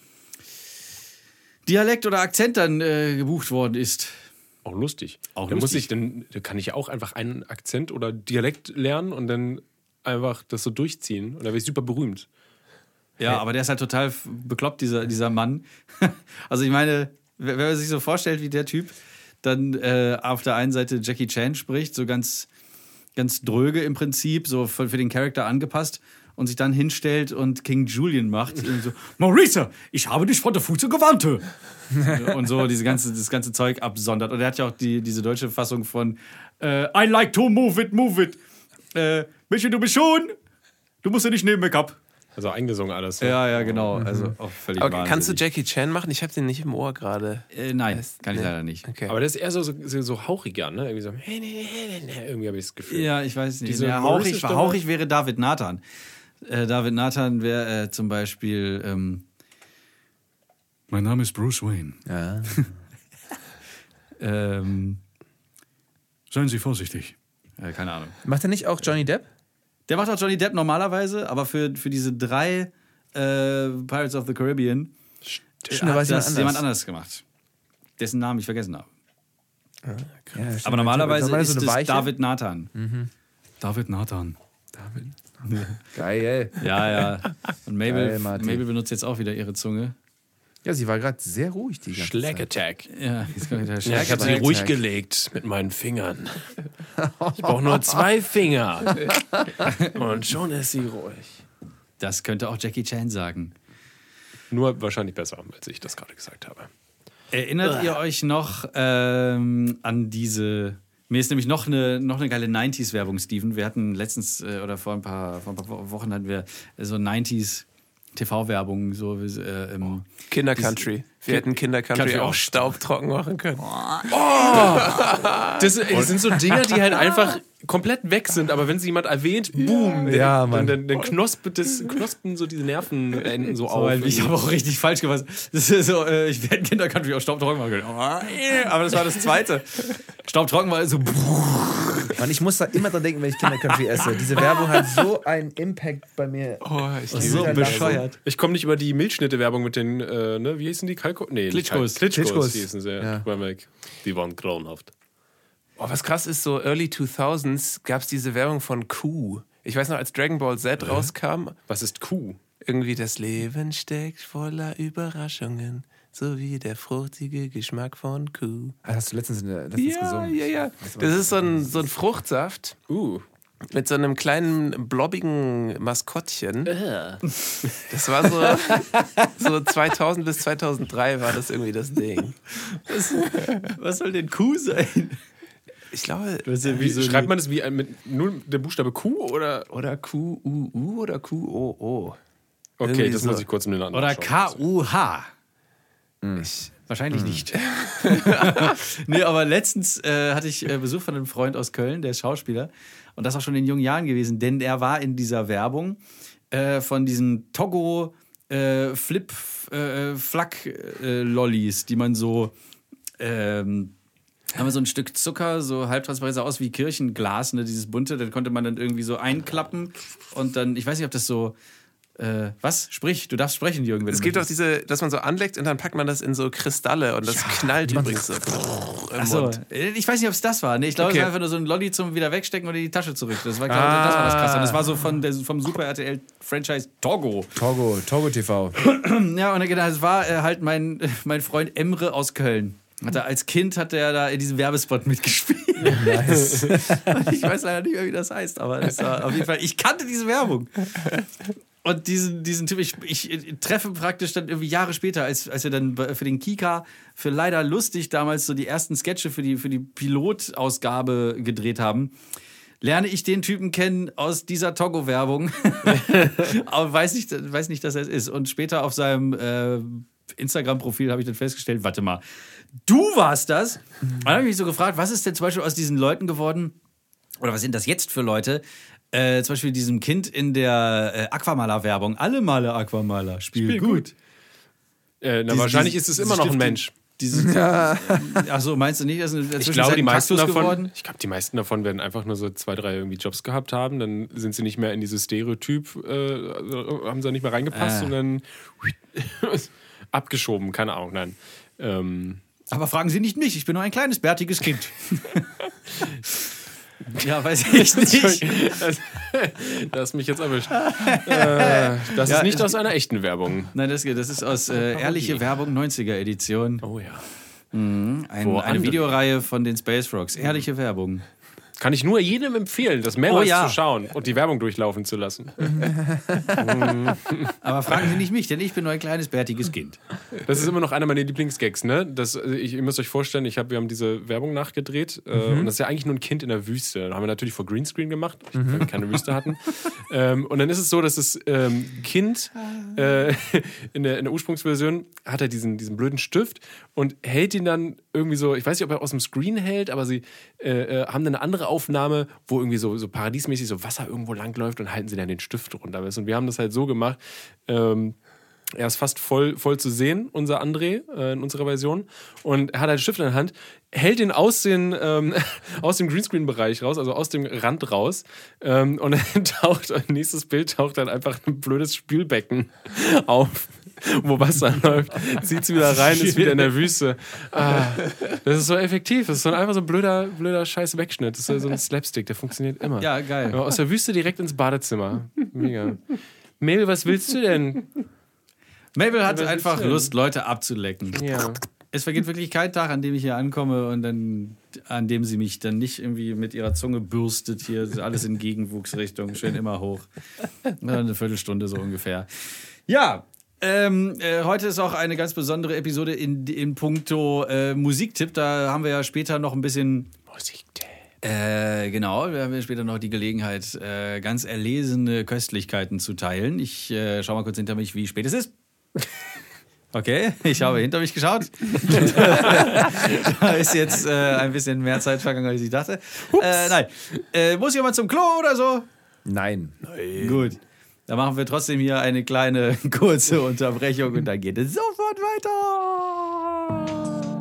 S1: Dialekt oder Akzent dann gebucht worden ist.
S3: Auch lustig. Dann kann ich ja auch einfach einen Akzent oder Dialekt lernen und dann einfach das so durchziehen. Und dann werde ich super berühmt.
S1: Ja, aber der ist halt total bekloppt, dieser Mann. Also ich meine, wenn man sich so vorstellt, wie der Typ dann auf der einen Seite Jackie Chan spricht, so ganz, ganz dröge im Prinzip, so für den Charakter angepasst und sich dann hinstellt und King Julian macht. So, Maurice, ich habe dich von der Fuße gewarnt. Und so das ganze Zeug absondert. Und er hat ja auch diese deutsche Fassung von I like to move it. Mädchen, du bist schon. Du musst ja nicht nehmen Make-up.
S3: Also eingesungen alles.
S1: Ja, genau. Also auch völlig
S2: Aber
S1: wahnsinnig.
S2: kannst du Jackie Chan machen? Ich habe den nicht im Ohr gerade.
S1: Nein, kann ich leider nicht.
S2: Okay.
S3: Aber der ist eher so hauchiger, ne? Irgendwie so, irgendwie habe ich das Gefühl.
S1: Ja, ich weiß nicht.
S3: Diese
S1: Ja,
S3: Maurice-Stimme?
S1: hauchig wäre David Nathan. David Nathan wäre zum Beispiel mein Name ist Bruce Wayne.
S4: Ja.
S1: Seien Sie vorsichtig. Keine Ahnung.
S4: Macht er nicht auch Johnny Depp?
S1: Der macht auch Johnny Depp normalerweise, aber für diese 3 Pirates of the Caribbean
S4: da weiß
S1: hat das jemand anders gemacht. Dessen Namen ich vergessen habe.
S4: Ja,
S1: Aber normalerweise ist
S4: so
S1: es
S4: eine Weiche.
S1: David Nathan. David Nathan.
S4: Geil.
S1: Ja. Und Mabel,
S4: Geil, Martin.
S1: Mabel benutzt jetzt auch wieder ihre Zunge.
S4: Ja, sie war gerade sehr ruhig die ganze
S3: Schlag
S4: Zeit.
S3: Attack.
S1: Ja, jetzt kommt wieder
S3: Ja, ich habe sie
S4: Attack.
S3: ruhig gelegt mit meinen Fingern. Ich brauche nur 2 Finger. Und schon ist sie ruhig.
S1: Das könnte auch Jackie Chan sagen.
S3: Nur wahrscheinlich besser, als ich das gerade gesagt habe.
S1: Erinnert ihr euch noch an diese... Mir ist nämlich noch eine geile 90s-Werbung, Steven. Wir hatten letztens oder vor ein paar Wochen hatten wir so 90s TV-Werbung. So,
S2: Kinder-Country. Wir hätten Kinder-Country
S1: Country
S2: auch
S1: auch
S2: staubtrocken machen können.
S3: Das sind so Dinger, die halt einfach komplett weg sind, aber wenn sie jemand erwähnt, boom,
S4: Ja, Mann.
S3: dann knospen so diese Nervenenden so auf.
S1: Ich habe auch richtig falsch gemacht. Das ist so, ich werde Kinder-Country auch Staubtrocken machen können. Aber das war das Zweite. Staubtrocken war so...
S4: Und ich muss da immer dran denken, wenn ich Kinder-Country esse. Diese Werbung hat so einen Impact bei mir.
S2: Ich
S1: so
S4: liebe das.
S1: bescheuert.
S3: Ich komme nicht über die Milchschnitte-Werbung mit den, wie hießen die? Nee,
S1: Klitschkos.
S3: Klitschkos hießen sie.
S4: Ja.
S3: Die waren grauenhaft.
S2: Was krass ist, so Early 2000s gab es diese Werbung von Q. Ich weiß noch, als Dragon Ball Z rauskam,
S3: Was ist Kuh?
S2: irgendwie das Leben steckt voller Überraschungen, so wie der fruchtige Geschmack von Q.
S4: Das hast du letztens gesungen.
S2: Ja. Das ist so ein Fruchtsaft mit so einem kleinen blobbigen Maskottchen. Das war so 2000 bis 2003 war das irgendwie das Ding.
S1: Was soll denn Kuh sein?
S2: Ich glaube,
S3: Schreibt man das wie mit nur der Buchstabe Q oder?
S2: oder Q-U-U oder Q-O-O.
S3: Okay,
S2: Irgendwie
S3: das
S2: so.
S3: muss ich kurz miteinander
S1: Oder
S3: anschauen.
S1: K-U-H. Wahrscheinlich nicht. Nee, aber letztens hatte ich Besuch von einem Freund aus Köln, der ist Schauspieler. Und das auch schon in jungen Jahren gewesen, denn er war in dieser Werbung von diesen Togo Flip-Flack-Lollis, die man so haben wir so ein Stück Zucker, so halbtransparent, sah aus wie Kirchenglas, ne, dieses bunte, dann konnte man dann irgendwie so einklappen und dann, ich weiß nicht, ob das so, was? Sprich, du darfst sprechen, Jürgen. Wenn
S2: Es
S1: du
S2: gibt auch
S1: möchtest.
S2: diese, dass man so anleckt und dann packt man das in so Kristalle und das knallt übrigens so im
S1: Achso,
S2: Mund.
S1: ich weiß nicht, ob es das war. Nee, ich glaube,
S2: Okay.
S1: es war einfach nur so ein Lolli zum wieder wegstecken oder in die Tasche zurück. Das war, das war das Krasse. Und das war so vom Super RTL-Franchise Togo.
S4: Togo TV.
S1: Ja, und genau, es war halt mein Freund Emre aus Köln. Als Kind hat er da in diesem Werbespot mitgespielt.
S4: Nice.
S1: Und ich weiß leider nicht mehr, wie das heißt, aber das war auf jeden Fall, ich kannte diese Werbung. Und diesen Typ, ich treffe praktisch dann irgendwie Jahre später, als wir dann für den Kika, für leider lustig damals so die ersten Sketche für die Pilotausgabe gedreht haben, lerne ich den Typen kennen aus dieser Togo-Werbung. Aber weiß nicht, dass er es ist. Und später auf seinem Instagram-Profil habe ich dann festgestellt, warte mal, du warst das? Und dann habe ich mich so gefragt, was ist denn zum Beispiel aus diesen Leuten geworden, oder was sind das jetzt für Leute, zum Beispiel diesem Kind in der Aquamaler-Werbung, alle Maler Aquamaler, Spiel gut.
S3: Wahrscheinlich ist es immer noch ein Mensch.
S1: Achso, meinst du nicht? Das ist
S3: Ich glaube, die meisten
S1: geworden?
S3: davon werden einfach nur so 2, 3 irgendwie Jobs gehabt haben. Dann sind sie nicht mehr in dieses Stereotyp, haben sie nicht mehr reingepasst und dann abgeschoben. Keine Ahnung, nein.
S1: Aber fragen Sie nicht mich, ich bin nur ein kleines, bärtiges Kind. Ja, weiß ich nicht.
S3: Das hast mich jetzt erwischt. Das ist nicht aus einer echten Werbung.
S1: Nein, das ist aus Ehrliche Werbung 90er Edition.
S3: Oh ja.
S1: Eine Videoreihe von den Space Frogs. Ehrliche Werbung.
S3: Kann ich nur jedem empfehlen, das mehrmals zu schauen und die Werbung durchlaufen zu lassen.
S1: Aber fragen Sie nicht mich, denn ich bin nur ein kleines, bärtiges Kind.
S3: Das ist immer noch einer meiner Lieblingsgags, ne? Ihr müsst euch vorstellen, wir haben diese Werbung nachgedreht und das ist ja eigentlich nur ein Kind in der Wüste. Da haben wir natürlich vor Greenscreen gemacht, weil wir keine Wüste hatten. Und dann ist es so, dass das Kind in der Ursprungsversion hat er diesen blöden Stift und hält ihn dann irgendwie so, ich weiß nicht, ob er aus dem Screen hält, aber sie haben dann eine andere Aufnahme, wo irgendwie so paradiesmäßig so Wasser irgendwo langläuft und halten sie dann den Stift runter. Und wir haben das halt so gemacht, er ist fast voll zu sehen, unser André, in unserer Version. Und er hat einen Stift in der Hand, hält ihn aus dem Greenscreen-Bereich raus, also aus dem Rand raus. Und dann nächstes Bild taucht dann einfach ein blödes Spülbecken auf, wo Wasser läuft. Zieht sie wieder rein, ist wieder in der Wüste. Das ist so effektiv. Das ist einfach so ein blöder scheiß Wegschnitt. Das ist so ein Slapstick, der funktioniert immer.
S1: Ja, geil.
S3: Aus der Wüste direkt ins Badezimmer. Mega. Mel, was willst du denn?
S1: Mabel hat einfach Lust, Leute abzulecken.
S3: Ja.
S1: Es vergeht wirklich kein Tag, an dem ich hier ankomme und dann, an dem sie mich dann nicht irgendwie mit ihrer Zunge bürstet. Hier alles in Gegenwuchsrichtung, schön immer hoch. Eine Viertelstunde so ungefähr. Ja, heute ist auch eine ganz besondere Episode in puncto Musiktipp. Da haben wir ja später noch ein bisschen
S2: Musiktipp.
S1: Genau, wir haben ja später noch die Gelegenheit, ganz erlesene Köstlichkeiten zu teilen. Ich schau mal kurz hinter mich, wie spät es ist. Okay, ich habe hinter mich geschaut. Da ist jetzt ein bisschen mehr Zeit vergangen, als ich dachte. Nein. Muss jemand zum Klo oder so?
S4: Nein.
S1: Gut. Dann machen wir trotzdem hier eine kleine, kurze Unterbrechung und dann geht es sofort weiter.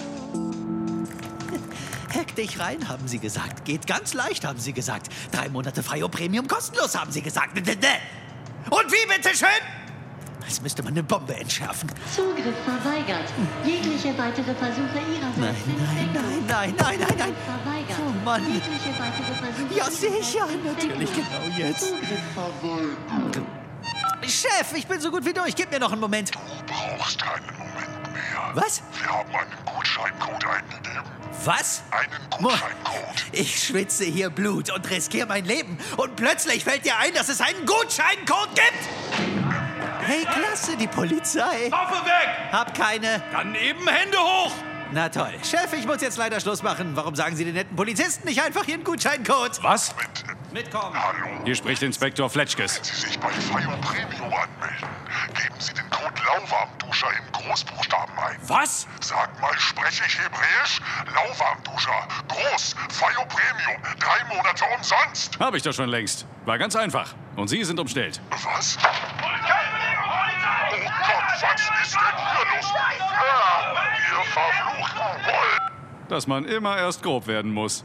S6: Hack dich rein, haben sie gesagt. Geht ganz leicht, haben sie gesagt. 3 Monate Frio Premium kostenlos, haben sie gesagt. Und wie, bitteschön? Als müsste man eine Bombe entschärfen.
S7: Zugriff verweigert. Jegliche weitere Versuche ihrerseits.
S6: Nein.
S7: Verweigert.
S6: Oh Mann.
S7: Jegliche weitere Versuche.
S6: Ja, sicher, natürlich, genau jetzt.
S7: Zugriff verweigert.
S6: Chef, ich bin so gut wie durch. Gib mir noch einen Moment.
S8: Du brauchst keinen Moment mehr.
S6: Was?
S8: Wir haben einen Gutscheincode eingegeben.
S6: Was?
S8: Einen Gutscheincode.
S6: Ich schwitze hier Blut und riskiere mein Leben. Und plötzlich fällt dir ein, dass es einen Gutscheincode gibt. Hey, klasse, die Polizei.
S9: Waffe weg!
S6: Hab keine.
S9: Dann eben Hände hoch!
S6: Na toll. Chef, ich muss jetzt leider Schluss machen. Warum sagen Sie den netten Polizisten nicht einfach Ihren Gutscheincode?
S9: Was?
S6: Mitkommen.
S8: Hallo.
S9: Hier spricht Inspektor Fletschkes.
S8: Wenn Sie sich bei Fio Premium anmelden, geben Sie den Code Lauwarmduscher in Großbuchstaben ein.
S9: Was?
S8: Sag mal, spreche ich Hebräisch? Lauwarmduscher. Groß. Fio Premium. 3 Monate umsonst.
S9: Hab ich doch schon längst. War ganz einfach. Und Sie sind umstellt.
S8: Was? Oh Gott, was ist denn hier los? Ihr verfluchten Wollen.
S9: Dass man immer erst grob werden muss.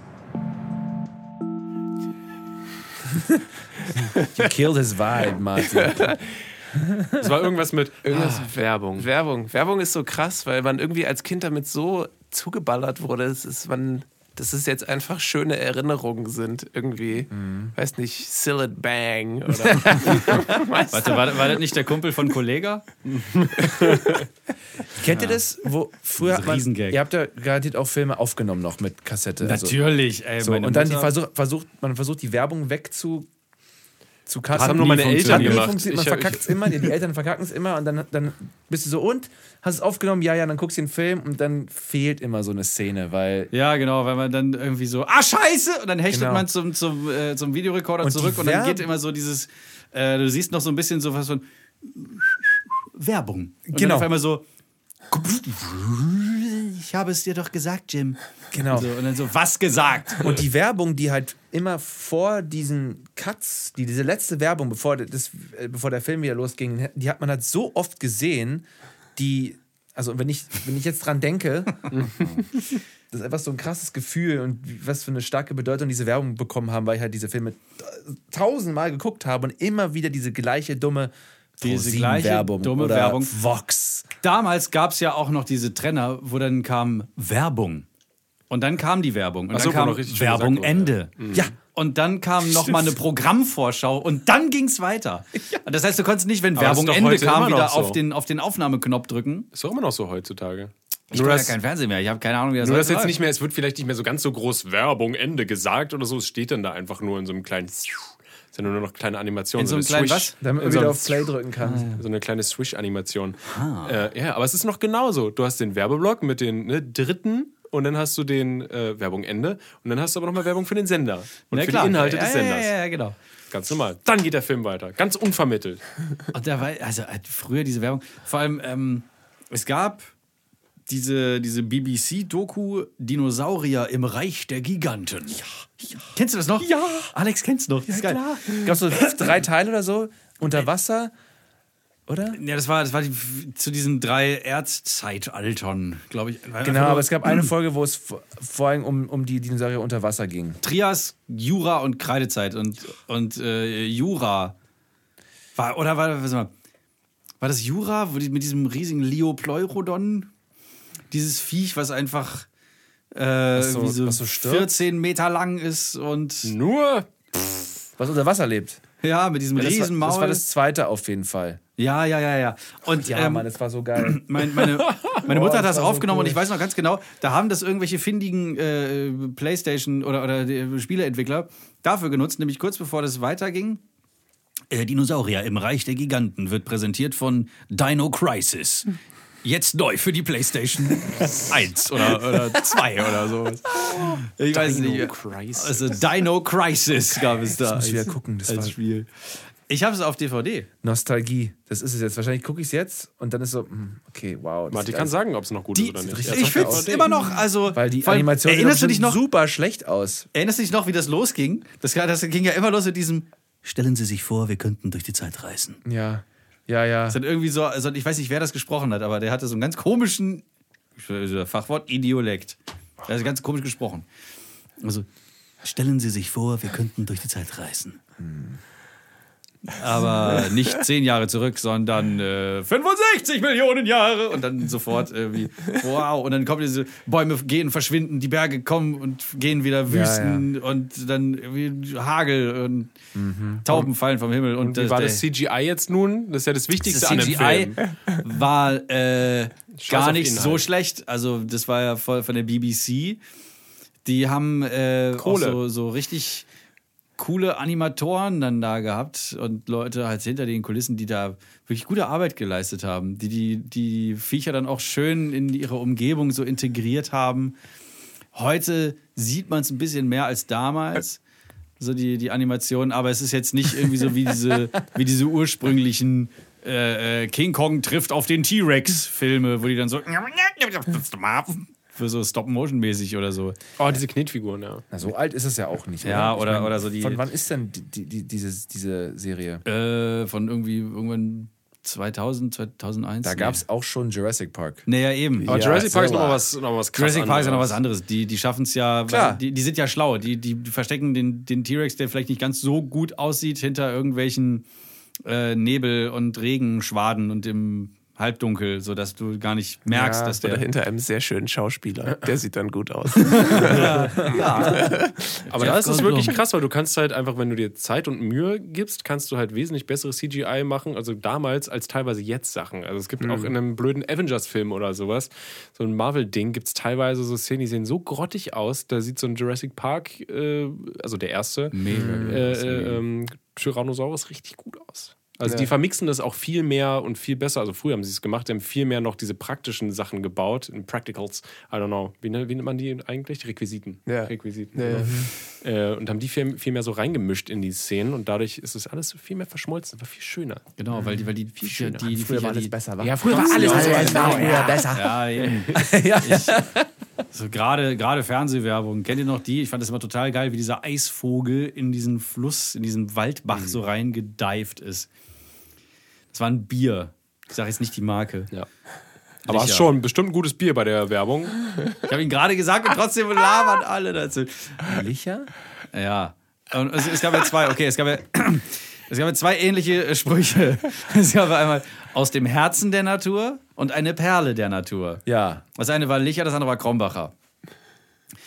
S4: You killed his vibe, Martin.
S3: Es war irgendwas mit
S2: Werbung. Werbung ist so krass, weil man irgendwie als Kind damit so zugeballert wurde. Das ist jetzt einfach schöne Erinnerungen sind. Irgendwie, weiß nicht, Sillet Bang oder.
S1: Warte, war das nicht der Kumpel von Kollega?
S4: Kennt ihr das? Wo früher hat man,
S1: Riesengag.
S4: ihr habt ja garantiert auch Filme aufgenommen noch mit Kassette.
S1: Natürlich, ey.
S4: So, und dann man versucht die Werbung zu cutten.
S3: Das haben nur meine Eltern gemacht.
S4: Man verkackt es immer, die Eltern verkacken es immer und dann bist du so, und? Hast es aufgenommen? Ja, dann guckst du den Film und dann fehlt immer so eine Szene, weil...
S1: Ja, genau, weil man dann irgendwie so, scheiße! Und dann hechtet man zum Videorekorder zurück und dann geht immer so dieses, du siehst noch so ein bisschen so was von Werbung. Und dann auf einmal so, ich habe es dir doch gesagt, Jim.
S4: Genau.
S1: Und dann so, was gesagt?
S4: Und die Werbung, die halt immer vor diesen Cuts, diese letzte Werbung, bevor der Film wieder losging, die hat man halt so oft gesehen, also wenn ich jetzt dran denke, das ist einfach so ein krasses Gefühl und was für eine starke Bedeutung diese Werbung bekommen haben, weil ich halt diese Filme 1000-mal geguckt habe und immer wieder diese gleiche dumme Werbung oder
S1: Werbung.
S4: Vox.
S1: Damals gab es ja auch noch diese Trenner, wo dann kam Werbung. Und dann kam die Werbung. Und dann kam
S3: noch richtig
S1: Werbung
S3: gesagt,
S1: Ende.
S4: Ja.
S1: Und dann kam noch mal eine Programmvorschau und dann ging's weiter. Ja. Das heißt, du konntest nicht, wenn
S3: Aber
S1: Werbung
S3: das ist doch
S1: Ende
S3: heute
S1: kam,
S3: immer
S1: wieder
S3: noch so.
S1: auf den Aufnahmeknopf drücken.
S3: Ist doch immer noch so heutzutage.
S1: Ich gucke ja kein Fernsehen mehr. Ich habe keine Ahnung, wie das
S3: Nur
S1: heißt.
S3: das jetzt nicht mehr, es wird vielleicht nicht mehr so ganz so groß Werbung, Ende gesagt oder so. Es steht dann da einfach nur in so einem kleinen, ist ja nur noch kleine Animation.
S1: In so einem kleinen was?
S4: Damit man wieder auf Play drücken kann.
S3: So eine kleine Swish-Animation. Ja, aber es ist noch genauso. Du hast den Werbeblock mit den dritten und dann hast du den Werbung Ende und dann hast du aber nochmal Werbung für den Sender und für die Inhalte des Senders.
S1: Ja, genau.
S3: Ganz normal. Dann geht der Film weiter. Ganz unvermittelt.
S1: Und da war, also früher diese Werbung, vor allem, es gab diese BBC-Doku Dinosaurier im Reich der Giganten. Ja. Kennst du das noch? Ja. Alex, kennst du noch? Das ist geil.
S4: Klar. Gab es so 3 Teile oder so? Unter Wasser? Oder?
S1: Ja, das war zu diesen 3 Erdzeitaltern, glaube ich.
S4: Genau, aber es gab eine Folge, wo es vor allem um die Dinosaurier unter Wasser ging.
S1: Trias, Jura und Kreidezeit. Und Jura war das Jura mit diesem riesigen Liopleurodon? Dieses Viech, was einfach wie so 14 Meter lang ist und
S3: nur
S4: was unter Wasser lebt.
S1: Ja, mit diesem riesen Maul.
S4: Das war das zweite auf jeden Fall.
S1: Ja. Und
S4: ja, Mann, das war so geil.
S1: Meine Mutter hat das aufgenommen und ich weiß noch ganz genau, da haben das irgendwelche findigen Playstation oder Spieleentwickler dafür genutzt, nämlich kurz bevor das weiterging. Dinosaurier im Reich der Giganten wird präsentiert von Dino Crisis. Jetzt neu für die PlayStation 1 oder 2 oder sowas. Ich weiß nicht.
S2: Crisis.
S1: Also Dino Crisis gab es da.
S4: Ich muss wieder gucken, das
S1: als Spiel. Ich habe es auf DVD.
S4: Nostalgie, das ist es jetzt. Wahrscheinlich gucke ich es jetzt und dann ist so, okay, wow.
S3: Martin kann sagen, ob es noch gut ist oder nicht.
S1: Ich finde es immer noch, also...
S4: Weil die Animation sieht super schlecht aus.
S1: Erinnerst du dich noch, wie das losging? Das ging ja immer los mit diesem, stellen Sie sich vor, wir könnten durch die Zeit reisen.
S4: Ja.
S1: Das hat irgendwie so, also ich weiß nicht, wer das gesprochen hat, aber der hatte so einen ganz komischen, Fachwort, Idiolekt. Der hat ganz komisch gesprochen. Also, stellen Sie sich vor, wir könnten durch die Zeit reisen. Aber nicht 10 Jahre zurück, sondern 65 Millionen Jahre. Und dann sofort irgendwie, wow. Und dann kommen diese Bäume gehen, verschwinden, die Berge kommen und gehen wieder Wüsten und dann irgendwie Hagel und Tauben fallen vom Himmel. Und
S3: wie war das CGI jetzt nun? Das ist ja das Wichtigste an dem Film.
S1: War gar nicht so schlecht. Also das war ja voll von der BBC. Die haben auch so richtig coole Animatoren dann da gehabt und Leute halt hinter den Kulissen, die da wirklich gute Arbeit geleistet haben, die Viecher dann auch schön in ihre Umgebung so integriert haben. Heute sieht man es ein bisschen mehr als damals, so die Animationen, aber es ist jetzt nicht irgendwie so wie diese ursprünglichen King Kong trifft auf den T-Rex-Filme, wo die dann so für so Stop-Motion-mäßig oder so.
S3: Oh, diese Knetfiguren, ja.
S4: Na, so alt ist es ja auch nicht.
S1: Ja, oder so die...
S4: Von wann ist denn diese Serie?
S1: Von irgendwann 2000, 2001.
S4: Da gab es auch schon Jurassic Park.
S1: Naja, eben.
S3: Aber Jurassic Park ist noch was krass
S1: Jurassic Park ist ja noch was anderes. Die schaffen es ja, die sind ja schlau. Die verstecken den T-Rex, der vielleicht nicht ganz so gut aussieht, hinter irgendwelchen Nebel- und Regenschwaden und im Halbdunkel, sodass du gar nicht merkst, dass der...
S2: Oder hinter einem sehr schönen Schauspieler. Der sieht dann gut aus.
S3: Aber da ist es wirklich krass, weil du kannst halt einfach, wenn du dir Zeit und Mühe gibst, kannst du halt wesentlich besseres CGI machen, also damals als teilweise jetzt Sachen. Also es gibt auch in einem blöden Avengers-Film oder sowas, so ein Marvel-Ding, gibt es teilweise so Szenen, die sehen so grottig aus, da sieht so ein Jurassic Park, also der erste, Tyrannosaurus richtig gut aus. Also die vermixen das auch viel mehr und viel besser. Also früher haben sie es gemacht, die haben viel mehr noch diese praktischen Sachen gebaut, in Practicals, I don't know, wie nennt man die eigentlich? Requisiten.
S2: Ja.
S3: Requisiten, genau. Und haben die viel mehr so reingemischt in die Szenen und dadurch ist es alles viel mehr verschmolzen, war viel schöner.
S1: Genau, weil die viel schöner.
S4: Früher war alles besser, wa?
S3: Ja, früher war alles
S4: besser.
S1: Ja, eben. So gerade Fernsehwerbung. Kennt ihr noch die? Ich fand das immer total geil, wie dieser Eisvogel in diesen Fluss, in diesen Waldbach so reingedeift ist. Das war ein Bier. Ich sage jetzt nicht die Marke.
S3: Ja. Aber hast schon bestimmt ein gutes Bier bei der Werbung.
S1: Ich habe ihn gerade gesagt und trotzdem labern alle dazu.
S4: Licher?
S1: Ja. Und es gab ja zwei, es gab ja zwei ähnliche Sprüche. Es gab einmal aus dem Herzen der Natur und eine Perle der Natur.
S4: Ja.
S1: Das eine war Licher, das andere war Krombacher.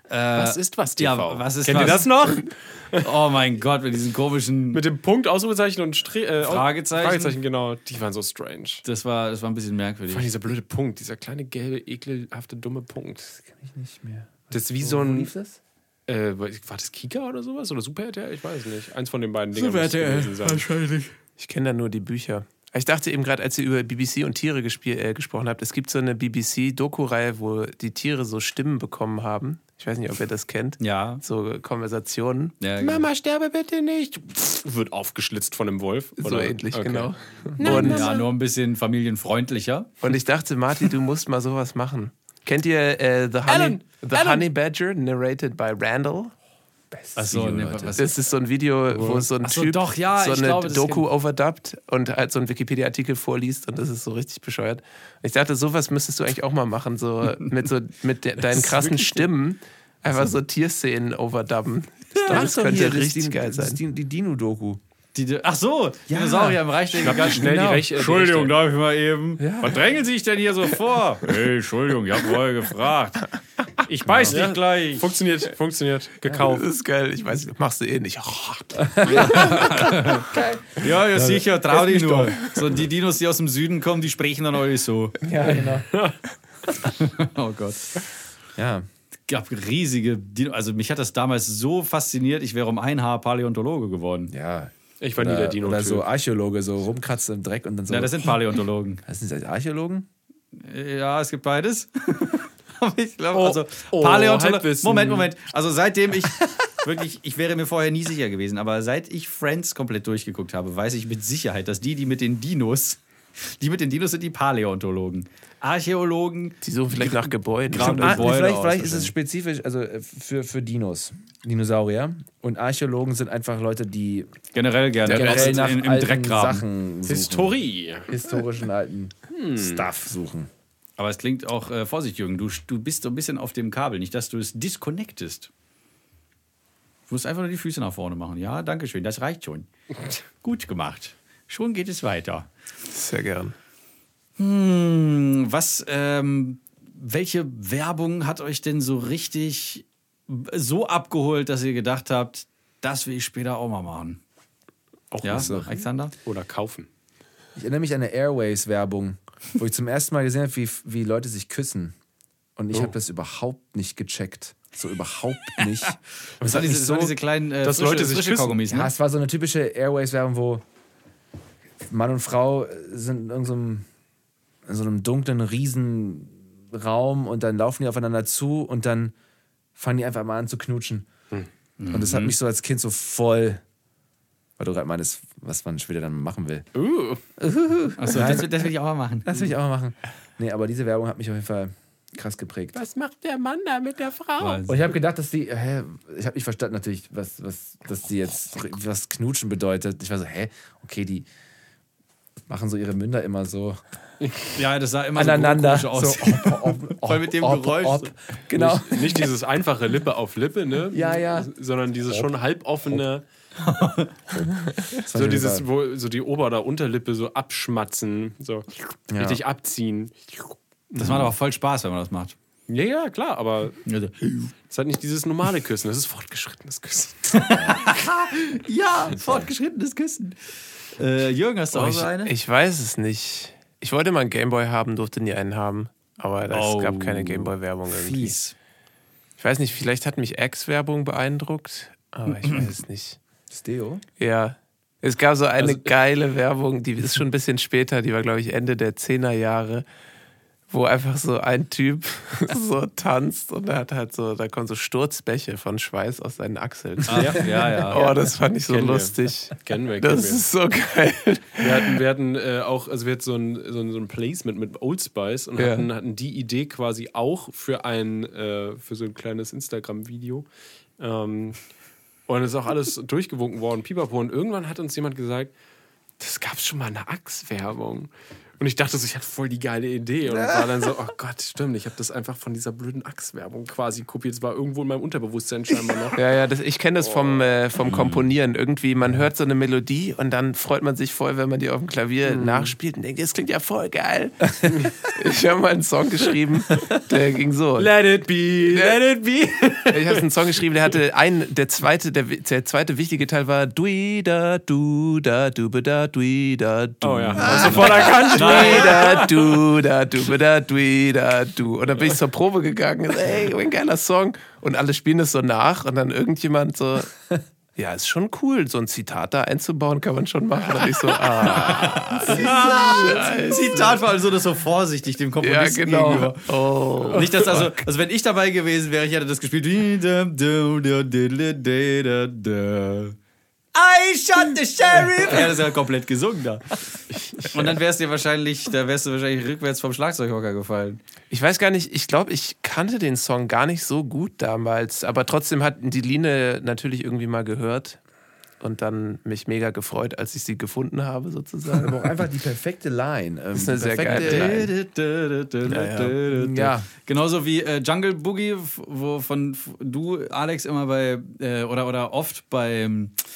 S3: Was ist was TV?
S1: Ja, was ist
S3: Kennt
S1: was?
S3: ihr das noch?
S1: Oh mein Gott, mit diesen komischen
S3: Mit dem Punkt, Ausrufezeichen und
S1: Fragezeichen.
S3: genau. Die waren so strange.
S1: Das war ein bisschen merkwürdig.
S3: Vor allem dieser blöde Punkt, dieser kleine, gelbe, ekelhafte, dumme Punkt. Das
S4: Kann ich nicht mehr.
S3: Das ist wie so ein...
S4: lief das?
S3: war das Kika oder sowas? Oder Super RTL? Ich weiß nicht. Eins von den beiden Dingern
S1: Super
S3: muss es
S1: RTL,
S3: gewesen sein.
S1: wahrscheinlich.
S2: Ich kenne da nur die Bücher. Ich dachte eben gerade, als ihr über BBC und Tiere gesprochen habt, es gibt so eine BBC-Doku-Reihe, wo die Tiere so Stimmen bekommen haben. Ich weiß nicht, ob ihr das kennt.
S1: Ja.
S2: So Konversationen.
S1: Ja,
S3: Mama, sterbe bitte nicht. Wird aufgeschlitzt von einem Wolf.
S2: So
S3: Oder?
S2: ähnlich,
S3: Okay.
S2: genau.
S1: ja, nur ein bisschen familienfreundlicher.
S2: Und ich dachte, Marty, du musst mal sowas machen. Kennt ihr The Honey Badger, narrated by Randall?
S1: Achso, nee, was
S2: Das ist so ein Video, wo so ein Typ
S1: doch, ja,
S2: so
S1: ich
S2: eine
S1: glaube, das
S2: Doku overdubbt und halt so einen Wikipedia-Artikel vorliest und das ist so richtig bescheuert. Ich dachte, sowas müsstest du eigentlich auch mal machen, so mit deinen krassen Stimmen einfach so Tierszenen overdubben. Das könnte richtig geil sein.
S4: Das ist die Dino-Doku.
S1: Ach so, Dinosaurier im Reich der Giganten.
S3: Schnell die
S1: Entschuldigung, darf ich mal eben? Was drängeln Sie sich denn hier so vor? Hey, Entschuldigung, ich habe vorher gefragt. Ich beiß dich gleich.
S3: Funktioniert. Gekauft.
S2: Das ist geil. Ich weiß nicht, machst du eh nicht.
S1: Ja, sicher, trau dich nur. So, die Dinos, die aus dem Süden kommen, die sprechen dann alle so.
S4: Ja, genau.
S1: Oh Gott.
S4: Ja.
S1: Gab riesige Dinos. Also mich hat das damals so fasziniert, ich wäre um ein Haar Paläontologe geworden.
S4: Ja.
S3: Ich war nie der Dino-Typ.
S4: Oder so Archäologe, so rumkratzen im Dreck und dann so.
S1: Ja, das sind Paläontologen.
S4: Was sind das, Archäologen?
S1: Ja, es gibt beides. Aber ich glaube,
S3: Oh,
S1: Paläontologe.
S3: Halbwissen.
S1: Moment. Also seitdem ich wirklich, ich wäre mir vorher nie sicher gewesen, aber seit ich Friends komplett durchgeguckt habe, weiß ich mit Sicherheit, dass die mit den Dinos sind die Paläontologen. Archäologen.
S2: Die suchen vielleicht nach Gebäuden.
S4: Vielleicht ist es spezifisch, also für Dinos, Dinosaurier. Und Archäologen sind einfach Leute, die
S1: Generell gerne
S4: nach
S1: im
S4: alten
S1: Dreck graben.
S4: Sachen suchen.
S3: Historie.
S4: Historischen alten Stuff suchen.
S1: Aber es klingt auch, Vorsicht, Jürgen, du bist so ein bisschen auf dem Kabel. Nicht, dass du es disconnectest. Du musst einfach nur die Füße nach vorne machen. Ja, danke schön, das reicht schon. Gut gemacht. Schon geht es weiter.
S2: Sehr gern.
S1: Welche Werbung hat euch denn so richtig so abgeholt, dass ihr gedacht habt, das will ich später auch mal machen?
S3: Auch
S1: Ja,
S3: was
S1: Alexander?
S3: oder kaufen.
S4: Ich erinnere mich an eine Airways-Werbung, wo ich zum ersten Mal gesehen habe, wie Leute sich küssen. Und ich habe das überhaupt nicht gecheckt. So überhaupt nicht.
S1: Das waren diese kleinen
S3: dass Leute sich küssen.
S1: Kaugummis, ne?
S4: Ja, es war so eine typische Airways-Werbung, wo Mann und Frau sind in so einem dunklen Riesenraum und dann laufen die aufeinander zu und dann fangen die einfach mal an zu knutschen. Und das hat mich so als Kind so voll, weil du gerade meinst, was man später dann machen will.
S1: Achso, das will ich auch mal machen.
S4: Das will ich auch mal machen. Nee, aber diese Werbung hat mich auf jeden Fall krass geprägt.
S3: Was macht der Mann da mit der Frau?
S4: Und ich habe gedacht, dass die, ich habe nicht verstanden natürlich, dass die jetzt, was Knutschen bedeutet. Ich war so, okay, die machen so ihre Münder immer so
S1: Ja, das sah immer
S4: aneinander.
S1: so komisch aus. Voll mit dem Geräusch.
S4: Genau.
S3: Nicht dieses einfache Lippe auf Lippe, ne?
S4: Ja.
S3: Sondern dieses schon halboffene,
S4: So
S3: so dieses, wo so die Ober- oder Unterlippe so abschmatzen, so richtig abziehen.
S1: Das macht aber voll Spaß, wenn man das macht.
S3: Ja, klar, aber es hat nicht dieses normale Küssen, das ist fortgeschrittenes Küssen.
S1: Ja, fortgeschrittenes Küssen. Jürgen, hast du auch so eine?
S2: Ich weiß es nicht. Ich wollte mal einen Gameboy haben, durfte nie einen haben. Aber es gab keine Gameboy-Werbung irgendwie.
S1: Fies.
S2: Ich weiß nicht, vielleicht hat mich X-Werbung beeindruckt, aber ich weiß es nicht.
S4: Steo?
S2: Ja. Es gab so eine geile Werbung, die ist schon ein bisschen später, die war, glaube ich, Ende der 10er Jahre, wo einfach so ein Typ so tanzt und er hat halt so, da kommen so Sturzbäche von Schweiß aus seinen Achseln.
S1: Ja.
S2: Oh, das fand ich so
S3: Kennen wir.
S2: lustig.
S3: Kennen wir.
S2: Das ist so geil.
S3: Wir hatten auch, also wir hatten so ein Placement mit Old Spice und hatten die Idee quasi auch für so ein kleines Instagram-Video. Und es ist auch alles durchgewunken worden, pipapo. Und irgendwann hat uns jemand gesagt, das gab's schon mal eine Axe-Werbung. Und ich dachte so, ich hatte voll die geile Idee. Und war dann so, oh Gott, stimmt, ich habe das einfach von dieser blöden Axe-Werbung quasi kopiert. Es war irgendwo in meinem Unterbewusstsein scheinbar noch.
S2: Ja, ich kenne das vom Komponieren. Irgendwie, man hört so eine Melodie und dann freut man sich voll, wenn man die auf dem Klavier nachspielt und denkt, das klingt ja voll geil. Ich habe mal einen Song geschrieben, der ging so.
S3: Let it be, let it be.
S2: Ich habe einen Song geschrieben, der hatte der zweite wichtige Teil war Duida, du da, du da, duida, du.
S3: Oh ja, hast du sofort erkannt.
S2: Duida, du da, duida, du. Und dann bin ich zur Probe gegangen, ey, ein geiler Song. Und alle spielen es so nach und dann irgendjemand so, ja, ist schon cool, so ein Zitat da einzubauen, kann man schon machen. Und ich so,
S1: Zitat war also das so vorsichtig dem Komponisten gegenüber.
S2: Oh.
S1: Nicht, dass also wenn ich dabei gewesen wäre, ich hätte das gespielt. I shot the sheriff! Ja, das ist ja komplett gesungen da. Und dann wärst du wahrscheinlich rückwärts vom Schlagzeughocker gefallen.
S2: Ich weiß gar nicht, ich glaube, ich kannte den Song gar nicht so gut damals, aber trotzdem hat die Line natürlich irgendwie mal gehört und dann mich mega gefreut, als ich sie gefunden habe, sozusagen.
S4: Aber auch einfach die perfekte Line.
S2: Das ist eine sehr geile
S1: Line. Ja. Genauso wie Jungle Boogie, wovon du, Alex, immer bei, oder oft bei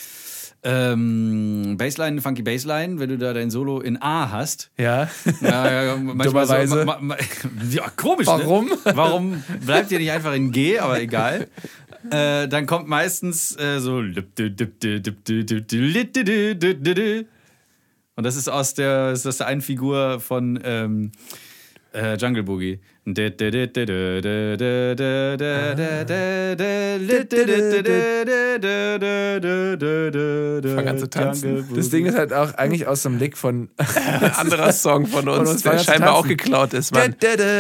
S1: Bassline, Funky Bassline, wenn du da dein Solo in A hast.
S2: Ja.
S1: Ja, manchmal so, ja, komisch.
S4: Warum?
S1: Ne? Warum bleibt ihr nicht einfach in G, aber egal. Dann kommt meistens so und das ist aus der einen Figur von Jungle Boogie. Fang
S2: an zu tanzen.
S4: Das Ding ist halt auch eigentlich aus dem Lick von
S2: anderer Song von uns der scheinbar auch geklaut ist, Mann.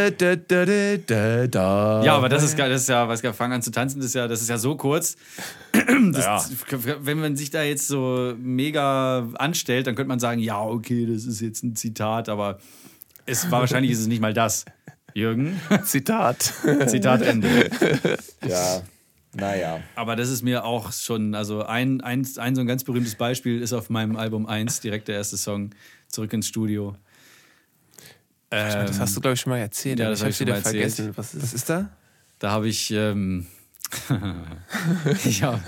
S1: Ja, aber das ist ja, was Fang an zu tanzen, das ist ja so kurz. Wenn man sich da jetzt so mega anstellt, dann könnte man sagen, ja, okay, das ist jetzt ein Zitat, aber wahrscheinlich ist es nicht mal das. Jürgen?
S2: Zitat
S1: Ende.
S4: Ja, naja.
S1: Aber das ist mir auch schon, also ein so ein ganz berühmtes Beispiel ist auf meinem Album 1, direkt der erste Song, Zurück ins Studio.
S2: Das hast du, glaube ich, schon mal erzählt.
S1: Ja, das habe ich wieder
S2: vergessen.
S4: Was ist da?
S1: Da habe ich ich habe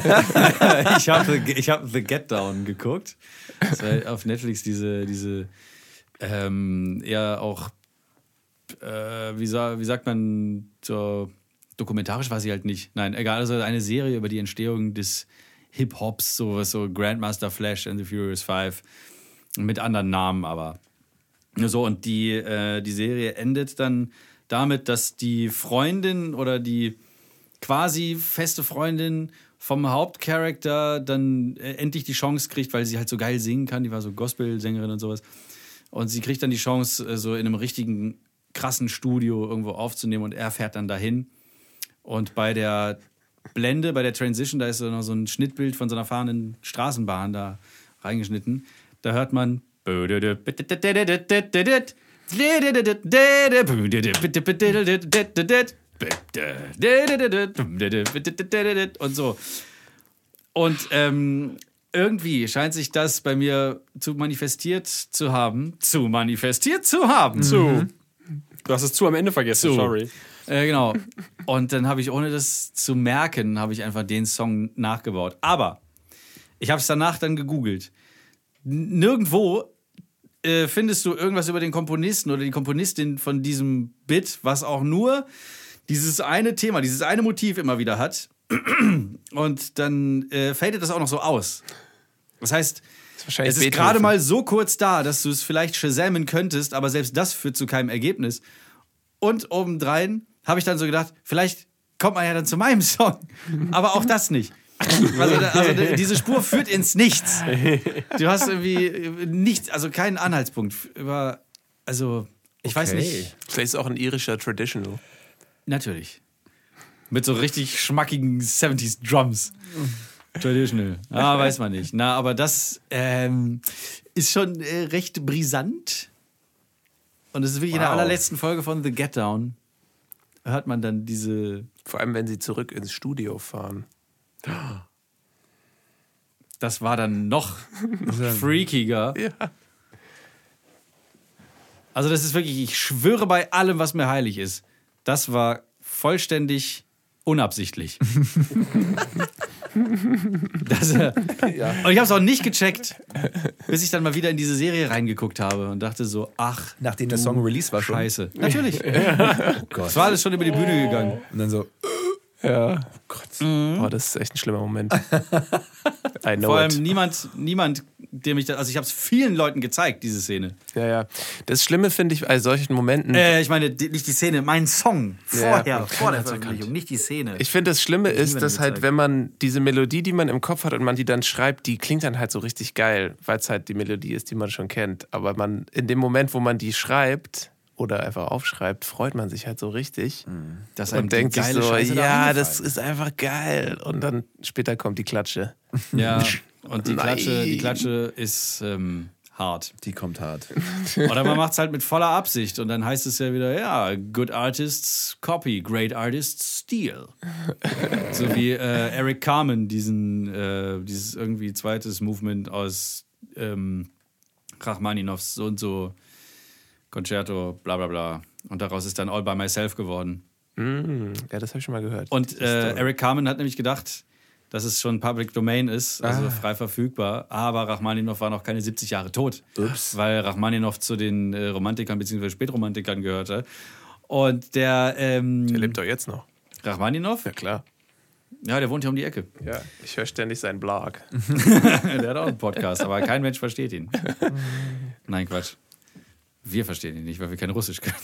S1: The Get Down geguckt. Das war auf Netflix diese eher auch wie sagt man, so dokumentarisch war sie halt nicht. Nein, egal, also eine Serie über die Entstehung des Hip-Hops, so Grandmaster Flash and the Furious 5 mit anderen Namen, aber so. Und die Serie endet dann damit, dass die Freundin oder die quasi feste Freundin vom Hauptcharakter dann endlich die Chance kriegt, weil sie halt so geil singen kann. Die war so Gospel-Sängerin und sowas. Und sie kriegt dann die Chance, so in einem richtigen krassen Studio irgendwo aufzunehmen und er fährt dann dahin. Und bei der Blende, bei der Transition, da ist so noch so ein Schnittbild von so einer fahrenden Straßenbahn da reingeschnitten. Da hört man und so. Und irgendwie scheint sich das bei mir zu manifestiert zu haben.
S3: Du hast es am Ende vergessen, sorry.
S1: Genau. Und dann habe ich, ohne das zu merken, einfach den Song nachgebaut. Aber ich habe es danach dann gegoogelt. Nirgendwo findest du irgendwas über den Komponisten oder die Komponistin von diesem Bit, was auch nur dieses eine Thema, dieses eine Motiv immer wieder hat. Und dann fadet das auch noch so aus. Das heißt, es ist gerade mal so kurz da, dass du es vielleicht shazamen könntest, aber selbst das führt zu keinem Ergebnis. Und obendrein habe ich dann so gedacht, vielleicht kommt man ja dann zu meinem Song. Aber auch das nicht. Also diese Spur führt ins Nichts. Du hast irgendwie nichts, also keinen Anhaltspunkt. Ich weiß nicht.
S2: Vielleicht ist es auch ein irischer Traditional.
S1: Natürlich. Mit so richtig schmackigen 70s Drums. Traditional. Weiß man nicht. Aber das ist schon recht brisant. Und es ist wirklich in der allerletzten Folge von The Get Down. Hört man dann diese...
S2: Vor allem, wenn sie zurück ins Studio fahren.
S1: Das war dann noch freakiger.
S2: Ja.
S1: Also das ist wirklich, ich schwöre bei allem, was mir heilig ist. Das war vollständig unabsichtlich. Und ich habe es auch nicht gecheckt, bis ich dann mal wieder in diese Serie reingeguckt habe und dachte so, ach,
S4: nachdem der Song Release war schon.
S1: Scheiße. Natürlich. Es war alles schon über die Bühne gegangen.
S4: Und dann so,
S2: ja. Oh Gott. Oh, das ist echt ein schlimmer Moment. I know
S1: Vor allem niemand, der mich da, also ich habe es vielen Leuten gezeigt, diese Szene.
S2: Ja. Das Schlimme finde ich bei solchen Momenten.
S1: Ich meine, nicht die Szene, mein Song. Vor der Veröffentlichung, nicht die Szene.
S2: Ich finde, das Schlimme ist, dass halt, wenn man diese Melodie, die man im Kopf hat und man die dann schreibt, die klingt dann halt so richtig geil, weil es halt die Melodie ist, die man schon kennt. Aber man, in dem Moment, wo man die schreibt oder einfach aufschreibt, freut man sich halt so richtig.
S1: Das
S2: und denkt sich so, ja, das ist einfach geil. Und dann später kommt die Klatsche.
S1: Ja, und die Klatsche ist hart.
S4: Die kommt hart.
S1: Oder man macht es halt mit voller Absicht und dann heißt es ja wieder, ja, good artists copy, great artists steal. So wie Eric Carmen, dieses irgendwie zweites Movement aus Rachmaninows so und so Concerto, bla bla bla. Und daraus ist dann All by Myself geworden.
S2: Ja, das habe ich schon mal gehört.
S1: Und Eric Carmen hat nämlich gedacht, dass es schon Public Domain ist, also frei verfügbar. Aber Rachmaninow war noch keine 70 Jahre tot.
S4: Ups.
S1: Weil Rachmaninow zu den Romantikern bzw. Spätromantikern gehörte. Und der
S2: lebt doch jetzt noch.
S1: Rachmaninow?
S2: Ja, klar.
S1: Ja, der wohnt hier um die Ecke.
S2: Ja, ich höre ständig seinen Blog.
S1: Der hat auch einen Podcast, aber kein Mensch versteht ihn. Nein, Quatsch. Wir verstehen ihn nicht, weil wir kein Russisch können.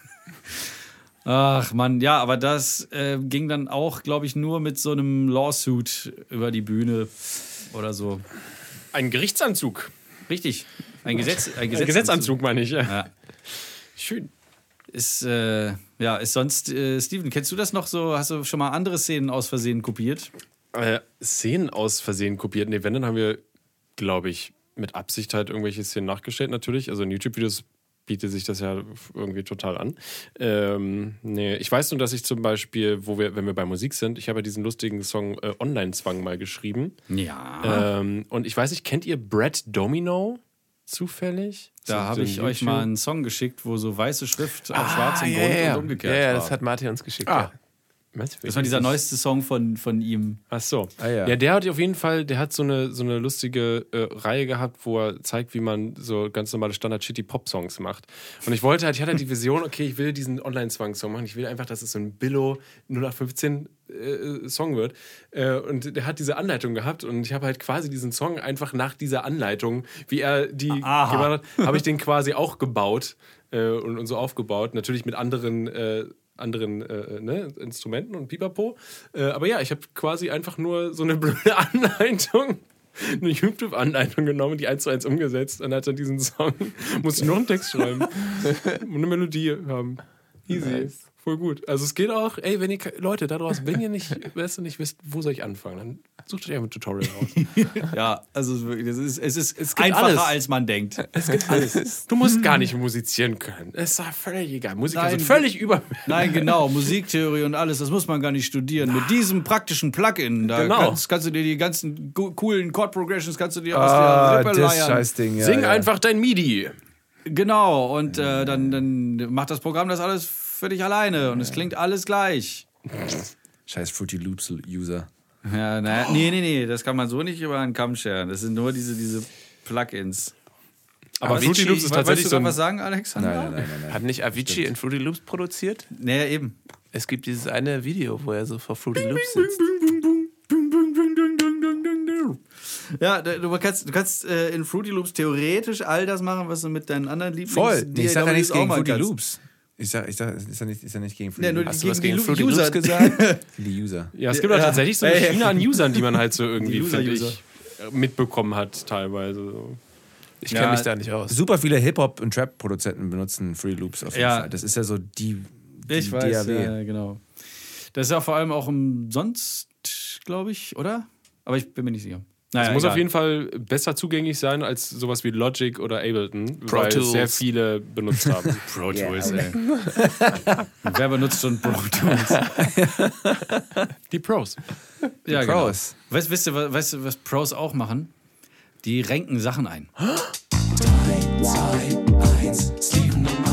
S1: Ach Mann, ja, aber das ging dann auch, glaube ich, nur mit so einem Lawsuit über die Bühne oder so.
S3: Ein Gerichtsanzug.
S1: Richtig. Ein
S3: Gesetzanzug meine ich.
S1: Ja.
S3: Schön.
S1: Ist sonst, Steven, kennst du das noch so? Hast du schon mal andere Szenen aus Versehen kopiert?
S3: Szenen aus Versehen kopiert? Nee, wenn, dann haben wir, glaube ich, mit Absicht halt irgendwelche Szenen nachgestellt natürlich. Also in YouTube-Videos bietet sich das ja irgendwie total an. Nee, ich weiß nur, dass ich zum Beispiel, wenn wir bei Musik sind, ich habe ja diesen lustigen Song Online-Zwang mal geschrieben.
S1: Ja.
S3: Und ich weiß nicht, kennt ihr Brad Domino zufällig?
S1: Da habe ich euch mal einen Song geschickt, wo so weiße Schrift auf schwarzem Grund und umgekehrt war.
S2: Ja, das hat Martin uns geschickt. Ja.
S1: Das war dieser neueste Song von ihm.
S3: Ach so. Ja, der hat auf jeden Fall, der hat so eine lustige Reihe gehabt, wo er zeigt, wie man so ganz normale Standard-Shitty-Pop-Songs macht. Und ich hatte halt die Vision, okay, ich will diesen Online-Zwang-Song machen. Ich will einfach, dass es so ein Billo 0815 Song wird. Und der hat diese Anleitung gehabt und ich habe halt quasi diesen Song einfach nach dieser Anleitung, wie er die gemacht hat, habe ich den quasi auch gebaut und so aufgebaut. Natürlich mit anderen Instrumenten und Pipapo. Aber ja, ich habe quasi einfach nur so eine blöde Anleitung, eine YouTube-Anleitung genommen, die 1:1 umgesetzt und hat dann diesen Song, musste nur einen Text schreiben und eine Melodie haben. Easy. Nice. Voll gut. Also es geht auch, ey, wenn ihr, Leute da draußen, wenn ihr nicht wisst, wo soll ich anfangen, dann sucht euch einfach ein Tutorial raus.
S1: Ja, also es ist einfacher, alles. Als man denkt.
S3: Es gibt alles. Du musst gar nicht musizieren können. Es ist völlig egal. Musiker sind völlig übermächtig.
S1: Nein, genau. Musiktheorie und alles, das muss man gar nicht studieren. Mit diesem praktischen Plugin, da kannst du dir die ganzen coolen Chord-Progressions aus der Rippe leiern.
S4: Scheißding, ja,
S3: Sing einfach dein MIDI.
S1: Genau, und dann macht das Programm das alles für dich alleine und es klingt alles gleich.
S4: Scheiß Fruity Loops User.
S1: Ja, naja, nee, das kann man so nicht über einen Kamm scheren. Das sind nur diese Plugins.
S3: Aber Fruity Loops ist tatsächlich so.
S1: Was sagen, Alexander?
S4: Nein.
S2: Hat nicht Avicii in Fruity Loops produziert?
S1: Nee, eben.
S2: Es gibt dieses eine Video, wo er so vor Fruity Loops sitzt.
S1: Ja, du kannst in Fruity Loops theoretisch all das machen, was du mit deinen anderen Lieblings...
S4: Voll, ich sag ja nichts gegen Fruity Loops. Ich sag, ist ja nicht gegen Fruity Loops.
S2: Hast du was gegen Fruity Loops gesagt?
S4: Die User.
S3: Ja, es gibt auch tatsächlich so eine Schiene an Usern, die man halt so irgendwie, finde ich, mitbekommen hat teilweise.
S2: Ich kenne mich da nicht aus.
S4: Super viele Hip-Hop- und Trap-Produzenten benutzen Fruity Loops auf jeden Fall. Das ist ja so die
S1: ich weiß,
S4: DAW.
S1: Ja, genau. Das ist ja vor allem auch umsonst, glaube ich, oder? Aber ich bin mir nicht sicher.
S3: Naja, es muss auf jeden Fall besser zugänglich sein als sowas wie Logic oder Ableton, weil
S2: Tools.
S3: sehr viele benutzt haben.
S1: Pro Tools, ey. Wer benutzt schon Pro Tools?
S3: Die Pros.
S1: Ja, die Pros. Genau. Weißt du, was Pros auch machen? Die renken Sachen ein.
S10: 3, 2, 1, Steven Nummer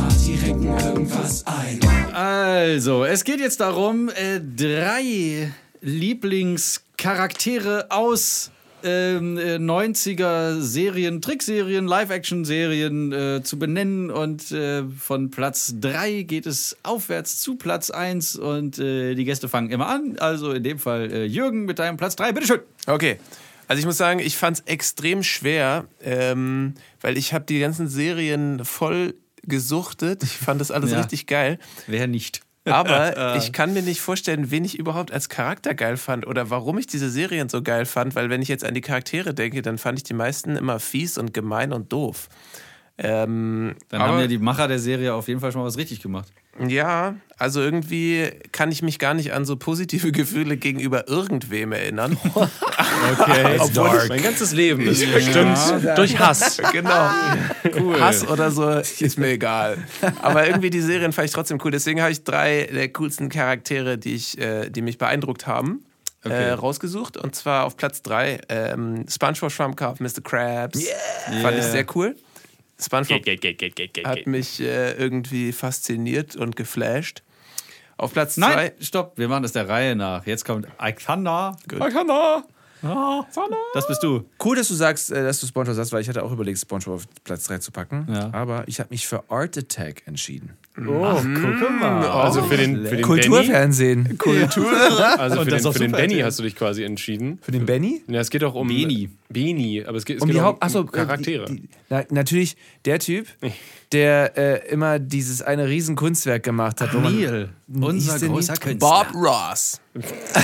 S10: schenken irgendwas ein.
S1: Also, es geht jetzt darum, 3 Lieblingscharaktere aus 90er Serien, Trickserien, Live-Action-Serien zu benennen und von Platz 3 geht es aufwärts zu Platz 1 und die Gäste fangen immer an. Also in dem Fall Jürgen mit deinem Platz 3, bitteschön.
S2: Okay, also ich muss sagen, ich fand es extrem schwer, weil ich habe die ganzen Serien voll gesuchtet. Ich fand das alles richtig geil.
S1: Wer nicht?
S2: Aber ich kann mir nicht vorstellen, wen ich überhaupt als Charakter geil fand oder warum ich diese Serien so geil fand, weil wenn ich jetzt an die Charaktere denke, dann fand ich die meisten immer fies und gemein und doof.
S1: Dann haben ja die Macher der Serie auf jeden Fall schon mal was richtig gemacht.
S2: Ja, also irgendwie kann ich mich gar nicht an so positive Gefühle gegenüber irgendwem erinnern.
S3: Okay, obwohl mein ganzes Leben ist bestimmt durch Hass.
S2: Genau. Cool. Hass oder so ist mir egal. Aber irgendwie die Serien fand ich trotzdem cool. Deswegen habe ich 3 der coolsten Charaktere, die mich beeindruckt haben, rausgesucht. Und zwar auf Platz 3 SpongeBob Schwammkopf, Mr. Krabs. Fand ich sehr cool. SpongeBob hat mich irgendwie fasziniert und geflasht. Auf Platz 2...
S1: Nein, stopp, wir machen das der Reihe nach. Jetzt kommt Aikana. Das bist du.
S4: Cool, dass du sagst, dass du SpongeBob sagst, weil ich hatte auch überlegt, SpongeBob auf Platz 3 zu packen. Ja. Aber ich habe mich für Art Attack entschieden.
S1: Ach, guck mal.
S3: Also für den
S4: Kulturfernsehen.
S3: Kultur. Also für den Benny hast du dich quasi entschieden.
S4: Für den Benny?
S3: Ja, es geht auch um Beni, aber es geht um Charaktere.
S4: Natürlich der Typ, der immer dieses eine Riesenkunstwerk gemacht hat.
S1: Neil, unser großer Künstler.
S2: Bob Ross.
S1: Nee,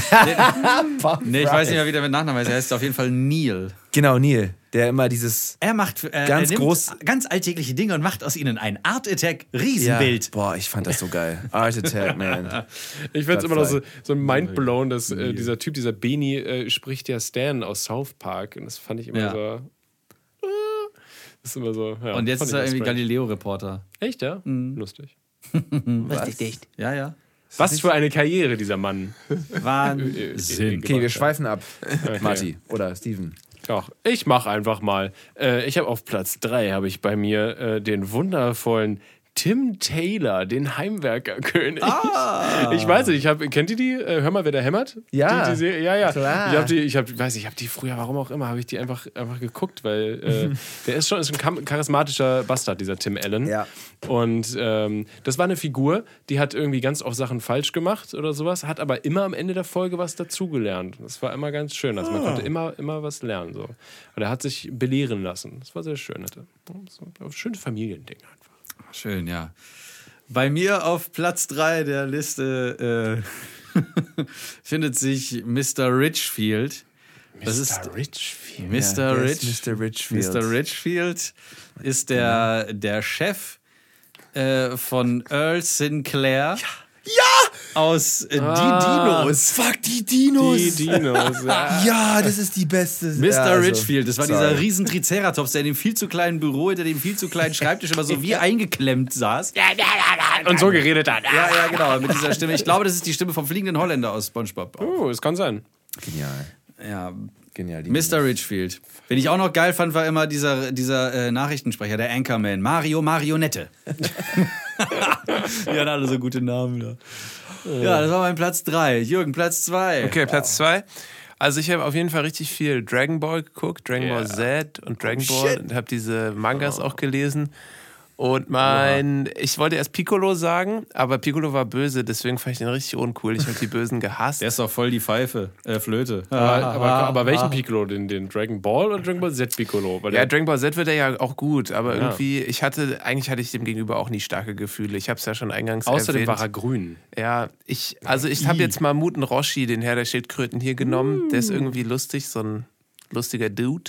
S1: ich weiß nicht mehr, wie der mit Nachnamen heißt. Er heißt auf jeden Fall Neil.
S4: Genau, Neil. Der immer dieses...
S1: Er macht
S4: ganz
S1: alltägliche Dinge und macht aus ihnen ein Art Attack Riesenbild.
S4: Ja. Boah, ich fand das so geil. Art Attack, man.
S3: Ich find's immer noch so mindblown, dass dieser Typ, dieser Beni, spricht ja Stan aus South Park. Und das fand ich immer so... Das ist immer so... Ja,
S1: und jetzt ist er irgendwie Galileo-Reporter.
S3: Echt, ja? Lustig.
S1: Lustig dicht. Ja, ja.
S3: Was für eine Karriere, dieser Mann.
S1: Wahnsinn.
S4: Okay, wir schweifen ab. Okay. Marty oder Steven.
S3: Ach, ich mach einfach mal. Ich habe auf Platz 3 habe ich bei mir den wundervollen Tim Taylor, den Heimwerkerkönig. Ich weiß nicht, kennt ihr die? Hör mal, wer da hämmert?
S4: Ja.
S3: Ja.
S4: Klar.
S3: Ich habe die früher, warum auch immer, habe ich die einfach geguckt, weil der ist ein charismatischer Bastard, dieser Tim Allen.
S4: Ja.
S3: Und das war eine Figur, die hat irgendwie ganz oft Sachen falsch gemacht oder sowas, hat aber immer am Ende der Folge was dazugelernt. Das war immer ganz schön. Also man konnte immer was lernen. So. Und er hat sich belehren lassen. Das war sehr schön. So, schöne Familiending einfach.
S1: Schön, ja. Bei mir auf Platz 3 der Liste findet sich Mr. Richfield.
S3: Mr. Richfield.
S1: Mr. Richfield ist der Chef von Earl Sinclair.
S4: Ja!
S1: Aus Die Dinos.
S4: Fuck, die Dinos.
S3: Die Dinos, ja.
S4: Ja, das ist die beste.
S1: Mr. Richfield, das war dieser riesen Triceratops, der in dem viel zu kleinen Büro, hinter dem viel zu kleinen Schreibtisch immer so wie eingeklemmt saß.
S3: Und so geredet hat.
S1: Ja, genau, mit dieser Stimme. Ich glaube, das ist die Stimme vom fliegenden Holländer aus SpongeBob.
S3: Oh, es kann sein.
S4: Genial.
S1: Ja.
S4: Genial.
S1: Mr. Richfield. Wen ich auch noch geil fand, war immer dieser Nachrichtensprecher, der Anchorman. Mario Marionette. Die hatten alle so gute Namen da. Ja, das war mein Platz 3. Jürgen, Platz 2.
S2: Okay, Platz 2. Also ich habe auf jeden Fall richtig viel Dragon Ball geguckt, Dragon Ball Z und Dragon Ball und habe diese Mangas auch gelesen. Und ich wollte erst Piccolo sagen, aber Piccolo war böse, deswegen fand ich den richtig uncool. Ich habe die Bösen gehasst.
S1: Der ist doch voll die Flöte.
S3: Aber welchen Piccolo? Den Dragon Ball oder Dragon Ball Z Piccolo?
S2: Ja, Dragon Ball Z wird er ja auch gut, aber irgendwie, eigentlich hatte ich dem gegenüber auch nie starke Gefühle. Ich habe es ja schon eingangs erwähnt.
S3: Außerdem war er grün.
S2: Ja, ich habe jetzt mal Muten Roshi, den Herr der Schildkröten, hier genommen. Der ist irgendwie lustig, so ein lustiger Dude.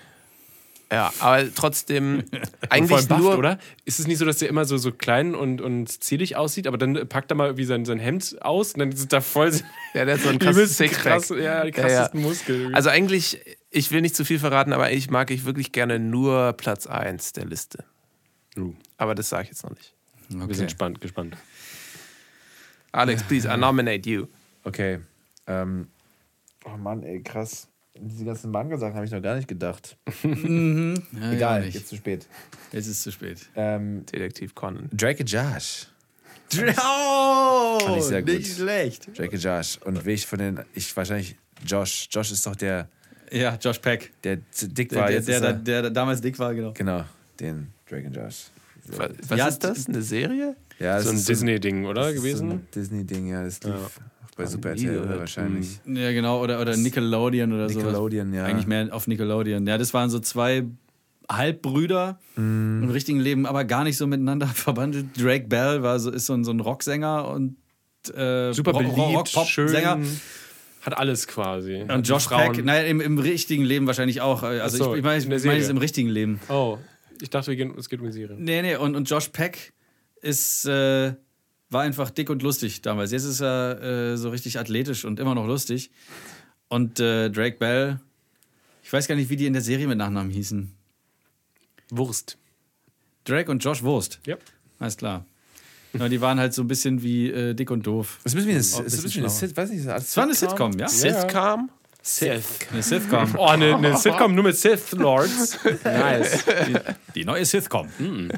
S2: Ja, aber trotzdem eigentlich
S3: voll
S2: nur...
S3: Buff, oder? Ist es nicht so, dass der immer so klein und zierlich aussieht, aber dann packt er mal irgendwie sein Hemd aus und dann sind da voll...
S2: Ja, der hat so ein krasses Sixpack.
S3: Die krassesten Muskeln.
S2: Also eigentlich, ich will nicht zu viel verraten, aber mag ich wirklich gerne nur Platz 1 der Liste. Aber das sage ich jetzt noch nicht.
S3: Okay. Wir sind gespannt.
S2: Alex, please, I nominate you.
S4: Okay. Oh Mann, ey, krass. Diese ganzen Manga-Sachen habe ich noch gar nicht gedacht.
S1: Ja,
S4: Egal,
S1: nicht.
S4: jetzt zu spät.
S1: Jetzt ist es zu spät.
S2: Detektiv Conan.
S4: Drake und Josh.
S1: Oh,
S4: Fand ich sehr gut.
S1: nicht schlecht.
S4: Drake und Josh. Und wahrscheinlich Josh. Josh ist doch der
S1: Ja, Josh Peck.
S4: dick war.
S1: Der damals dick war, genau.
S4: Genau, den Drake und Josh.
S2: Was ist das? Eine Serie?
S4: Ja, das
S3: So ein
S4: ist
S3: Disney-Ding, oder?
S4: das ist
S3: Gewesen?
S4: So ein Disney-Ding, ja. Das lief auch bei Super RTL oder wahrscheinlich.
S1: Ja, genau. Oder Nickelodeon oder so.
S4: Nickelodeon, ja.
S1: Eigentlich mehr auf Nickelodeon. Ja, das waren so zwei Halbbrüder im richtigen Leben, aber gar nicht so miteinander verbandelt. Drake Bell ist so ein Rocksänger und
S3: Super beliebt,
S1: Rock-Pop-Sänger.
S3: Hat alles quasi.
S1: Und Josh Peck, naja, im richtigen Leben wahrscheinlich auch. Also
S3: Ach so,
S1: ich meine
S3: in der
S1: es
S3: Serie.
S1: im richtigen Leben.
S3: Oh, ich dachte, es geht um die Serie.
S1: Nee, und Josh Peck war einfach dick und lustig damals. Jetzt ist er so richtig athletisch und immer noch lustig. Und Drake Bell, ich weiß gar nicht, wie die in der Serie mit Nachnamen hießen.
S3: Wurst.
S1: Drake und Josh Wurst.
S3: Ja.
S1: Alles klar. Ja, die waren halt so ein bisschen wie dick und doof.
S4: Das ist ein bisschen
S1: Es war eine Sitcom, ja?
S3: Sithcom?
S1: Eine Sitcom.
S3: Oh, eine Sitcom nur mit Sith Lords. Nice.
S1: Die neue Sitcom.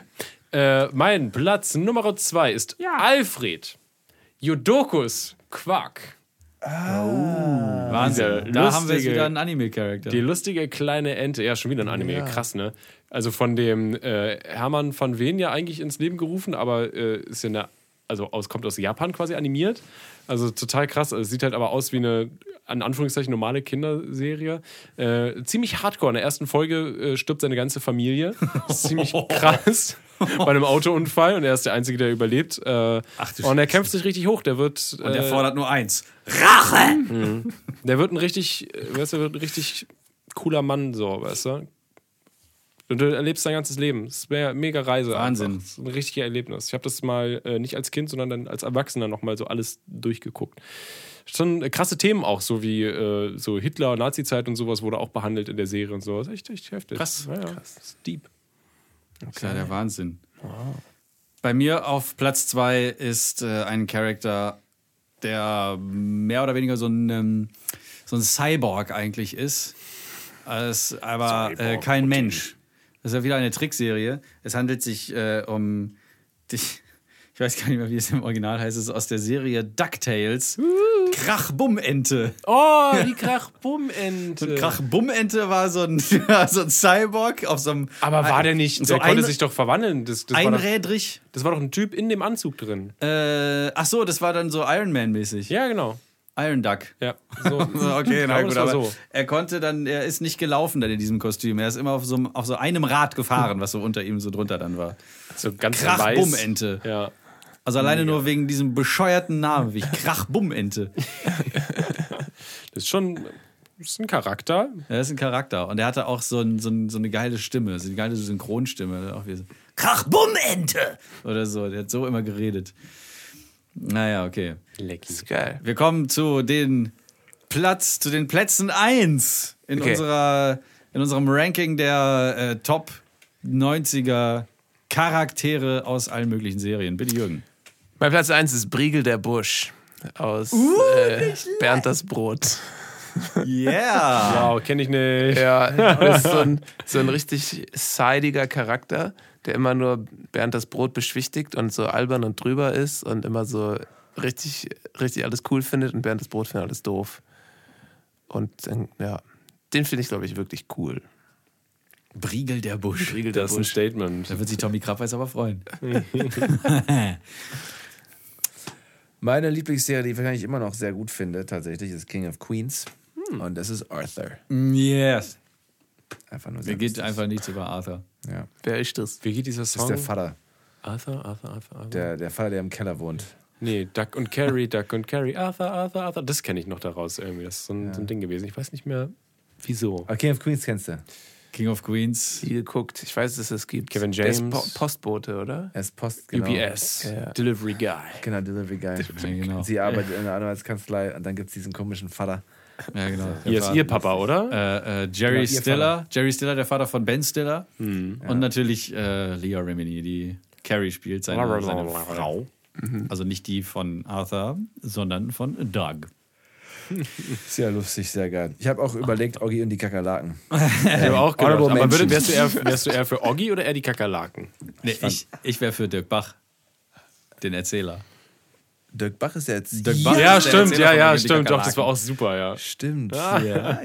S3: Mein Platz Nummer 2 ist Alfred. Jodokus Quack.
S1: Wahnsinn. Da haben wir jetzt wieder einen Anime-Charakter.
S3: Die lustige kleine Ente. Ja, schon wieder ein Anime. Krass, ne? Also von dem Hermann van Veen ja eigentlich ins Leben gerufen, aber ist ja kommt aus Japan quasi animiert. Also total krass. Es sieht halt aber aus wie eine, an Anführungszeichen, normale Kinderserie. Ziemlich hardcore. In der ersten Folge stirbt seine ganze Familie. Das ist ziemlich krass. Bei einem Autounfall und er ist der Einzige, der überlebt. Und er kämpft sich richtig hoch. Der wird.
S1: Und der fordert nur eins.
S3: Rache! Der wird ein richtig cooler Mann, so, weißt du? Und du erlebst dein ganzes Leben. Es ist eine mega Reise.
S1: Wahnsinn.
S3: Einfach. Das ist ein richtiges Erlebnis. Ich habe das mal nicht als Kind, sondern dann als Erwachsener nochmal so alles durchgeguckt. Schon krasse Themen auch, so wie so Hitler, Nazi-Zeit und sowas wurde auch behandelt in der Serie und sowas. Echt heftig.
S1: Krass.
S3: Ja, krass. Das ist deep.
S1: Das ist ja der Wahnsinn. Wow. Bei mir auf Platz 2 ist ein Charakter, der mehr oder weniger so ein Cyborg eigentlich ist, aber kein Mensch. Das ist ja wieder eine Trickserie. Es handelt sich um ich weiß gar nicht mehr, wie es im Original heißt. Es ist aus der Serie DuckTales. Krachbummente.
S3: Oh, die Krachbummente.
S1: Und Krachbummente war so ein Cyborg auf so einem.
S3: Aber war der nicht?
S1: So
S3: der konnte sich doch verwandeln. Das
S1: einrädrig.
S3: Das war doch ein Typ in dem Anzug drin.
S1: Ach so, das war dann so Iron Man-mäßig.
S3: Ja, genau.
S1: Iron Duck.
S3: Ja. So.
S1: Okay, na gut, aber
S3: so.
S1: Er ist nicht gelaufen dann in diesem Kostüm. Er ist immer auf so einem Rad gefahren, was so unter ihm so drunter dann war.
S3: So ganz
S1: Krachbummente.
S3: Ja.
S1: Also alleine nur wegen diesem bescheuerten Namen, wie Krachbummente.
S3: Das ist ein Charakter.
S1: Ja, das ist ein Charakter. Und er hatte auch so eine geile Stimme, so eine geile Synchronstimme. Auch wie so, Krachbummente! Oder so, der hat so immer geredet. Naja, okay.
S2: Lecky. Ist geil.
S1: Wir kommen zu den Plätzen 1 in unserem Ranking der Top 90er Charaktere aus allen möglichen Serien. Bitte, Jürgen.
S2: Mein Platz 1 ist Briegel der Busch aus Bernd das Brot.
S1: Yeah.
S3: Wow, kenne ich nicht.
S2: Ja, das ist so ein richtig sidiger Charakter, der immer nur Bernd das Brot beschwichtigt und so albern und drüber ist und immer so richtig, richtig alles cool findet und Bernd das Brot findet alles doof. Und ja, den finde ich, glaube ich, wirklich cool.
S1: Briegel der Busch.
S3: Das ist ein Statement.
S1: Da wird sich Tommy Krabweis aber freuen.
S4: Meine Lieblingsserie, die ich wahrscheinlich immer noch sehr gut finde, tatsächlich, ist King of Queens. Und das ist Arthur.
S1: Yes.
S4: Einfach nur
S1: Mir geht einfach nichts über Arthur.
S4: Ja.
S2: Wer ist das?
S3: Wie geht dieser Song?
S4: Das ist der Vater.
S3: Arthur.
S4: Der Vater, der im Keller wohnt.
S3: Nee, Duck und Carrie. Arthur. Das kenne ich noch daraus irgendwie. Das ist so ein Ding gewesen. Ich weiß nicht mehr, wieso.
S4: Aber King of Queens kennst du?
S1: King of Queens.
S2: Die geguckt. Ich weiß, dass es gibt.
S3: Kevin James.
S2: Der ist Postbote, oder?
S4: Er ist Post, genau.
S3: UPS.
S2: Ja.
S3: Delivery Guy.
S4: Genau, Delivery Guy.
S1: Ja, genau.
S4: Sie arbeitet in einer Anwaltskanzlei und dann gibt es diesen komischen Vater.
S1: Ja, genau.
S3: Hier ist ihr Papa, oder?
S1: Jerry
S4: Genau, ihr
S1: Stiller. Jerry Stiller, der Vater von Ben Stiller. Und natürlich Leah Remini, die Carrie spielt, seine Frau. Also nicht die von Arthur, sondern von Doug.
S4: Sehr lustig, sehr geil. Ich habe auch überlegt, Oggi und die Kakerlaken.
S3: Ich habe auch gedacht,
S4: Honorable
S3: aber
S4: Mention.
S3: wärst du eher für Oggi oder eher die Kakerlaken?
S1: Nee, ich wäre für Dirk Bach, den Erzähler.
S4: Dirk Bach ist jetzt...
S1: Dirk Bach
S3: Ja,
S1: ist der
S3: stimmt,
S1: Erzähler von
S3: ja,
S1: die
S3: stimmt. Doch,
S1: Kakerlaken.
S3: das war auch super, ja.
S4: Stimmt.
S1: Ja.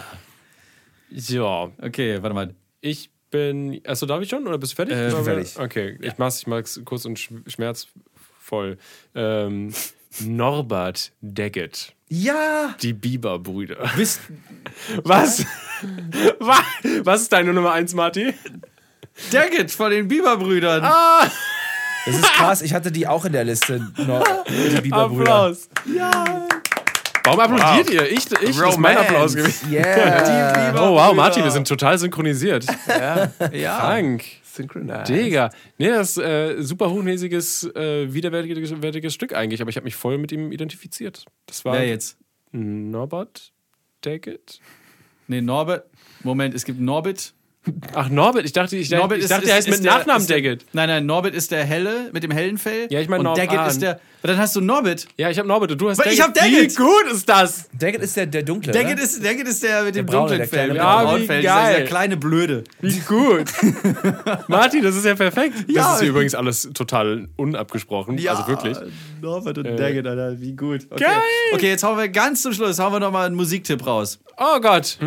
S3: Ja,
S1: Okay, warte mal.
S3: ich bin. Achso, darf ich schon oder bist du fertig?
S4: bin fertig.
S3: Okay, ich mach's kurz und schmerzvoll. Norbert Daggett.
S4: Ja!
S3: Die Bieber-Brüder.
S1: Bist
S3: Was? Was ist deine Nummer 1, Marty?
S1: Daggett von den Bieber-Brüdern.
S4: Das ist krass, ich hatte die auch in der Liste. Die Bieberbrüder.
S3: Applaus. Ja. Warum applaudiert ihr? Das ist mein Applaus gewesen.
S4: Yeah!
S3: Oh wow, Martin, wir sind total synchronisiert.
S1: Ja.
S3: Krank.
S2: Synchronized.
S3: Digga. Nee, das ist super hochnäsiges, widerwärtiges Stück eigentlich, aber ich habe mich voll mit ihm identifiziert. Das war
S1: Wer jetzt?
S3: Norbert Daggett.
S1: Nee, Norbert. Moment, es gibt Norbert.
S3: Ach, Norbert, ich dachte, er heißt mit Nachnamen Daggett.
S1: Nein, Norbert ist der helle mit dem hellen Fell.
S3: Ja, ich meine
S1: und
S3: Norbert.
S1: Daggett ist der. Aber dann hast du Norbert.
S3: Ja, ich habe Norbert und du hast
S1: Aber
S3: Daggett.
S1: ich hab Daggett.
S3: Wie gut ist das?
S4: Daggett ist der Dunkle.
S1: Daggett ist der mit dem
S4: braune,
S1: dunklen
S4: der
S1: Fell.
S4: kleine
S1: Mit dem
S3: Braune.
S1: braunen
S3: Wie
S1: Fell.
S3: geil.
S1: Dieser kleine Blöde.
S3: Wie gut. Martin, das ist ja perfekt.
S1: Ja.
S3: Das ist hier übrigens alles total unabgesprochen. Also wirklich.
S1: Norbert und Daggett, Alter. Wie gut. Okay.
S3: Geil.
S1: Okay, jetzt hauen wir ganz zum Schluss nochmal einen Musiktipp raus.
S3: Oh Gott.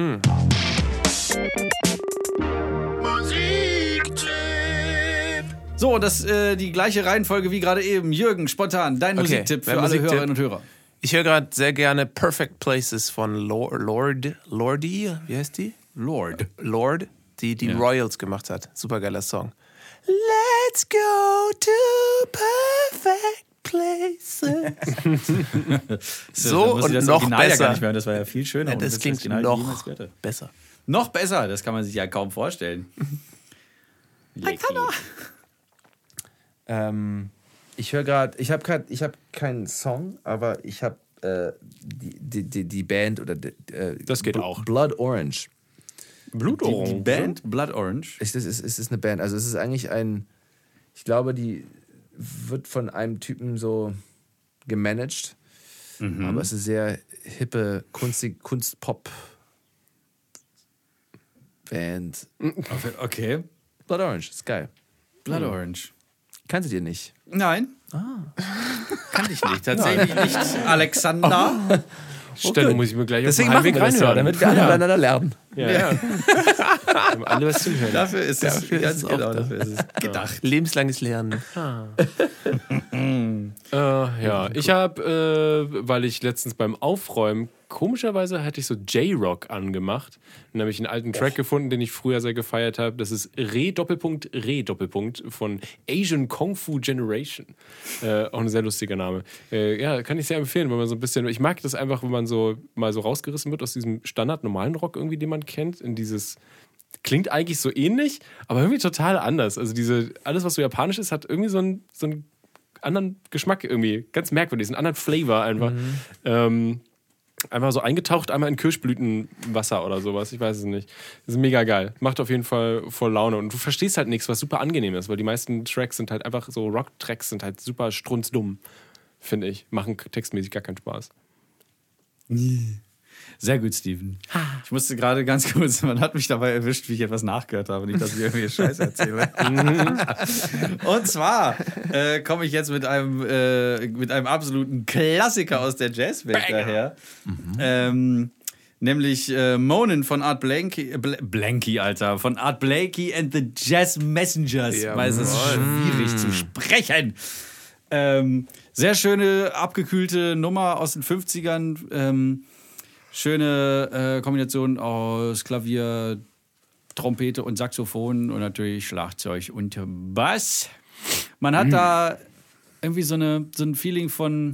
S1: So, und das die gleiche Reihenfolge wie gerade eben. Jürgen, spontan, dein
S2: Okay,
S1: Musiktipp für
S2: mein
S1: alle
S2: Musiktipp.
S1: Hörerinnen und Hörer.
S2: Ich höre gerade sehr gerne Perfect Places von Lordi, wie heißt die?
S1: Lord.
S2: Lord, die Royals gemacht hat. Supergeiler Song. Let's go to perfect places. So
S1: Da muss ich
S2: und
S1: das
S2: noch
S1: Original ja gar
S2: besser.
S1: nicht mehr. Das war ja viel schöner.
S2: Ja,
S1: ohne
S2: das klingt
S1: Original
S2: noch
S1: jemals gehört hat.
S2: besser.
S1: Noch besser, das kann man sich ja kaum vorstellen.
S4: Ich höre gerade, ich habe keinen Song, aber ich habe die Band oder
S3: Das geht auch.
S4: Blood Orange.
S3: Blutorange.
S1: Die Band Blood Orange.
S4: Es ist eine Band. Also es ist eigentlich ich glaube, die wird von einem Typen so gemanagt. Aber es ist sehr hippe Kunst-Pop-Band.
S1: Okay.
S4: Blood Orange, ist geil.
S1: Blood Orange.
S4: Kanntet ihr nicht?
S1: Nein. Kannte ich nicht. Tatsächlich nicht. Alexander.
S3: Stelle muss ich mir gleich
S4: Deswegen
S3: auf dem
S4: machen
S3: Heimweg
S4: wir das ja,
S3: reinhören.
S4: damit wir alle miteinander lernen.
S3: Ja. Haben alle was zu hören.
S1: Dafür ist es
S2: Dafür ist
S1: ganz
S2: es auch
S1: genau,
S2: da.
S1: dafür ist es gedacht.
S2: Lebenslanges Lernen.
S3: Ja, ich habe, weil ich letztens beim Aufräumen, komischerweise hatte ich so J-Rock angemacht. Dann habe ich einen alten Track gefunden, den ich früher sehr gefeiert habe. Das ist Re von Asian Kung Fu Generation. Auch ein sehr lustiger Name. Ja, kann ich sehr empfehlen, wenn man so ein bisschen, ich mag das einfach, wenn man so mal so rausgerissen wird aus diesem standard-normalen Rock irgendwie, den man kennt, in dieses, klingt eigentlich so ähnlich, aber irgendwie total anders. Also alles, was so japanisch ist, hat irgendwie so einen anderen Geschmack irgendwie, ganz merkwürdig, einen anderen Flavor einfach. Einfach so eingetaucht, einmal in Kirschblütenwasser oder sowas, ich weiß es nicht. Das ist mega geil, macht auf jeden Fall voll Laune und du verstehst halt nichts, was super angenehm ist, weil die meisten Tracks sind halt einfach so, Rock-Tracks sind halt super strunzdumm, finde ich, machen textmäßig gar keinen Spaß.
S1: Sehr gut, Steven. Ich musste gerade ganz kurz, man hat mich dabei erwischt, wie ich etwas nachgehört habe, nicht, dass ich irgendwie Scheiße erzähle. Und zwar komme ich jetzt mit einem absoluten Klassiker aus der Jazzwelt daher. Nämlich Moanin' von Art Blakey, Alter. Von Art Blakey and the Jazz Messengers.
S2: Ja,
S1: weil es ist schwierig zu sprechen. Sehr schöne, abgekühlte Nummer aus den 50ern. Schöne Kombination aus Klavier, Trompete und Saxophon und natürlich Schlagzeug und Bass. Man hat da irgendwie so ein Feeling von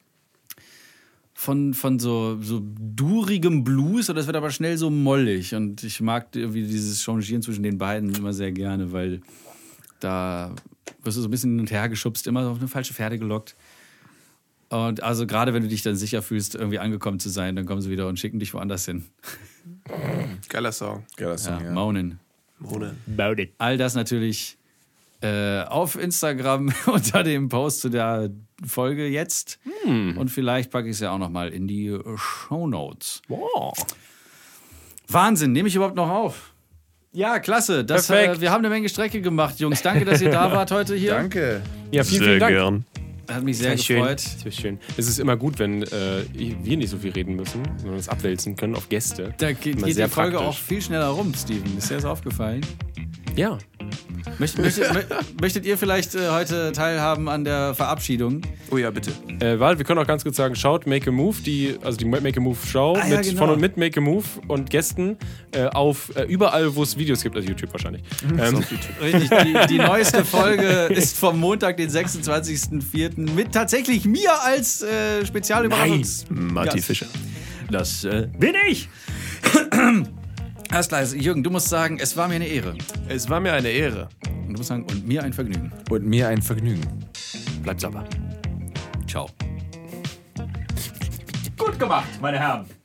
S1: so durigem Blues, und das wird aber schnell so mollig. Und ich mag irgendwie dieses Changieren zwischen den beiden immer sehr gerne, weil da wirst du so ein bisschen hin und her geschubst, immer auf eine falsche Pferde gelockt. Und also gerade wenn du dich dann sicher fühlst, irgendwie angekommen zu sein, dann kommen sie wieder und schicken dich woanders hin.
S2: Geiler Song.
S4: Geiler Song,
S1: Ja, Moanin'.
S3: About it.
S1: All das natürlich auf Instagram unter dem Post zu der Folge jetzt. Und vielleicht packe ich es ja auch nochmal in die Shownotes.
S3: Wow.
S1: Wahnsinn, nehme ich überhaupt noch auf? Ja, klasse.
S3: Perfekt.
S1: Wir haben eine Menge Strecke gemacht, Jungs. Danke, dass ihr da wart heute hier.
S4: Danke.
S3: Ja, vielen Dank.
S2: Gern.
S1: Hat mich sehr gefreut.
S3: Sehr schön. Es ist immer gut, wenn wir nicht so viel reden müssen, sondern uns abwälzen können auf Gäste.
S1: Da geht
S3: Immer
S1: die
S3: sehr
S1: Folge
S3: praktisch.
S1: auch viel schneller rum, Steven. Ist dir das aufgefallen?
S3: Ja.
S1: Möchtet ihr vielleicht heute teilhaben an der Verabschiedung?
S2: Oh ja, bitte.
S3: Warte, wir können auch ganz kurz sagen, schaut Make a Move, die Make a Move Show
S1: ja, genau.
S3: von und mit Make a Move und Gästen auf überall, wo es Videos gibt, also YouTube wahrscheinlich.
S1: Richtig, die neueste Folge ist vom Montag, den 26.04. mit tatsächlich mir als Spezialüberraschung.
S2: Marty Fischer.
S1: Das bin ich. Erst leise. Jürgen, du musst sagen, es war mir eine Ehre.
S2: Es war mir eine Ehre.
S1: Und du musst sagen, und mir ein Vergnügen.
S4: Und mir ein Vergnügen.
S2: Bleibt sauber.
S1: Ciao.
S5: Gut gemacht, meine Herren.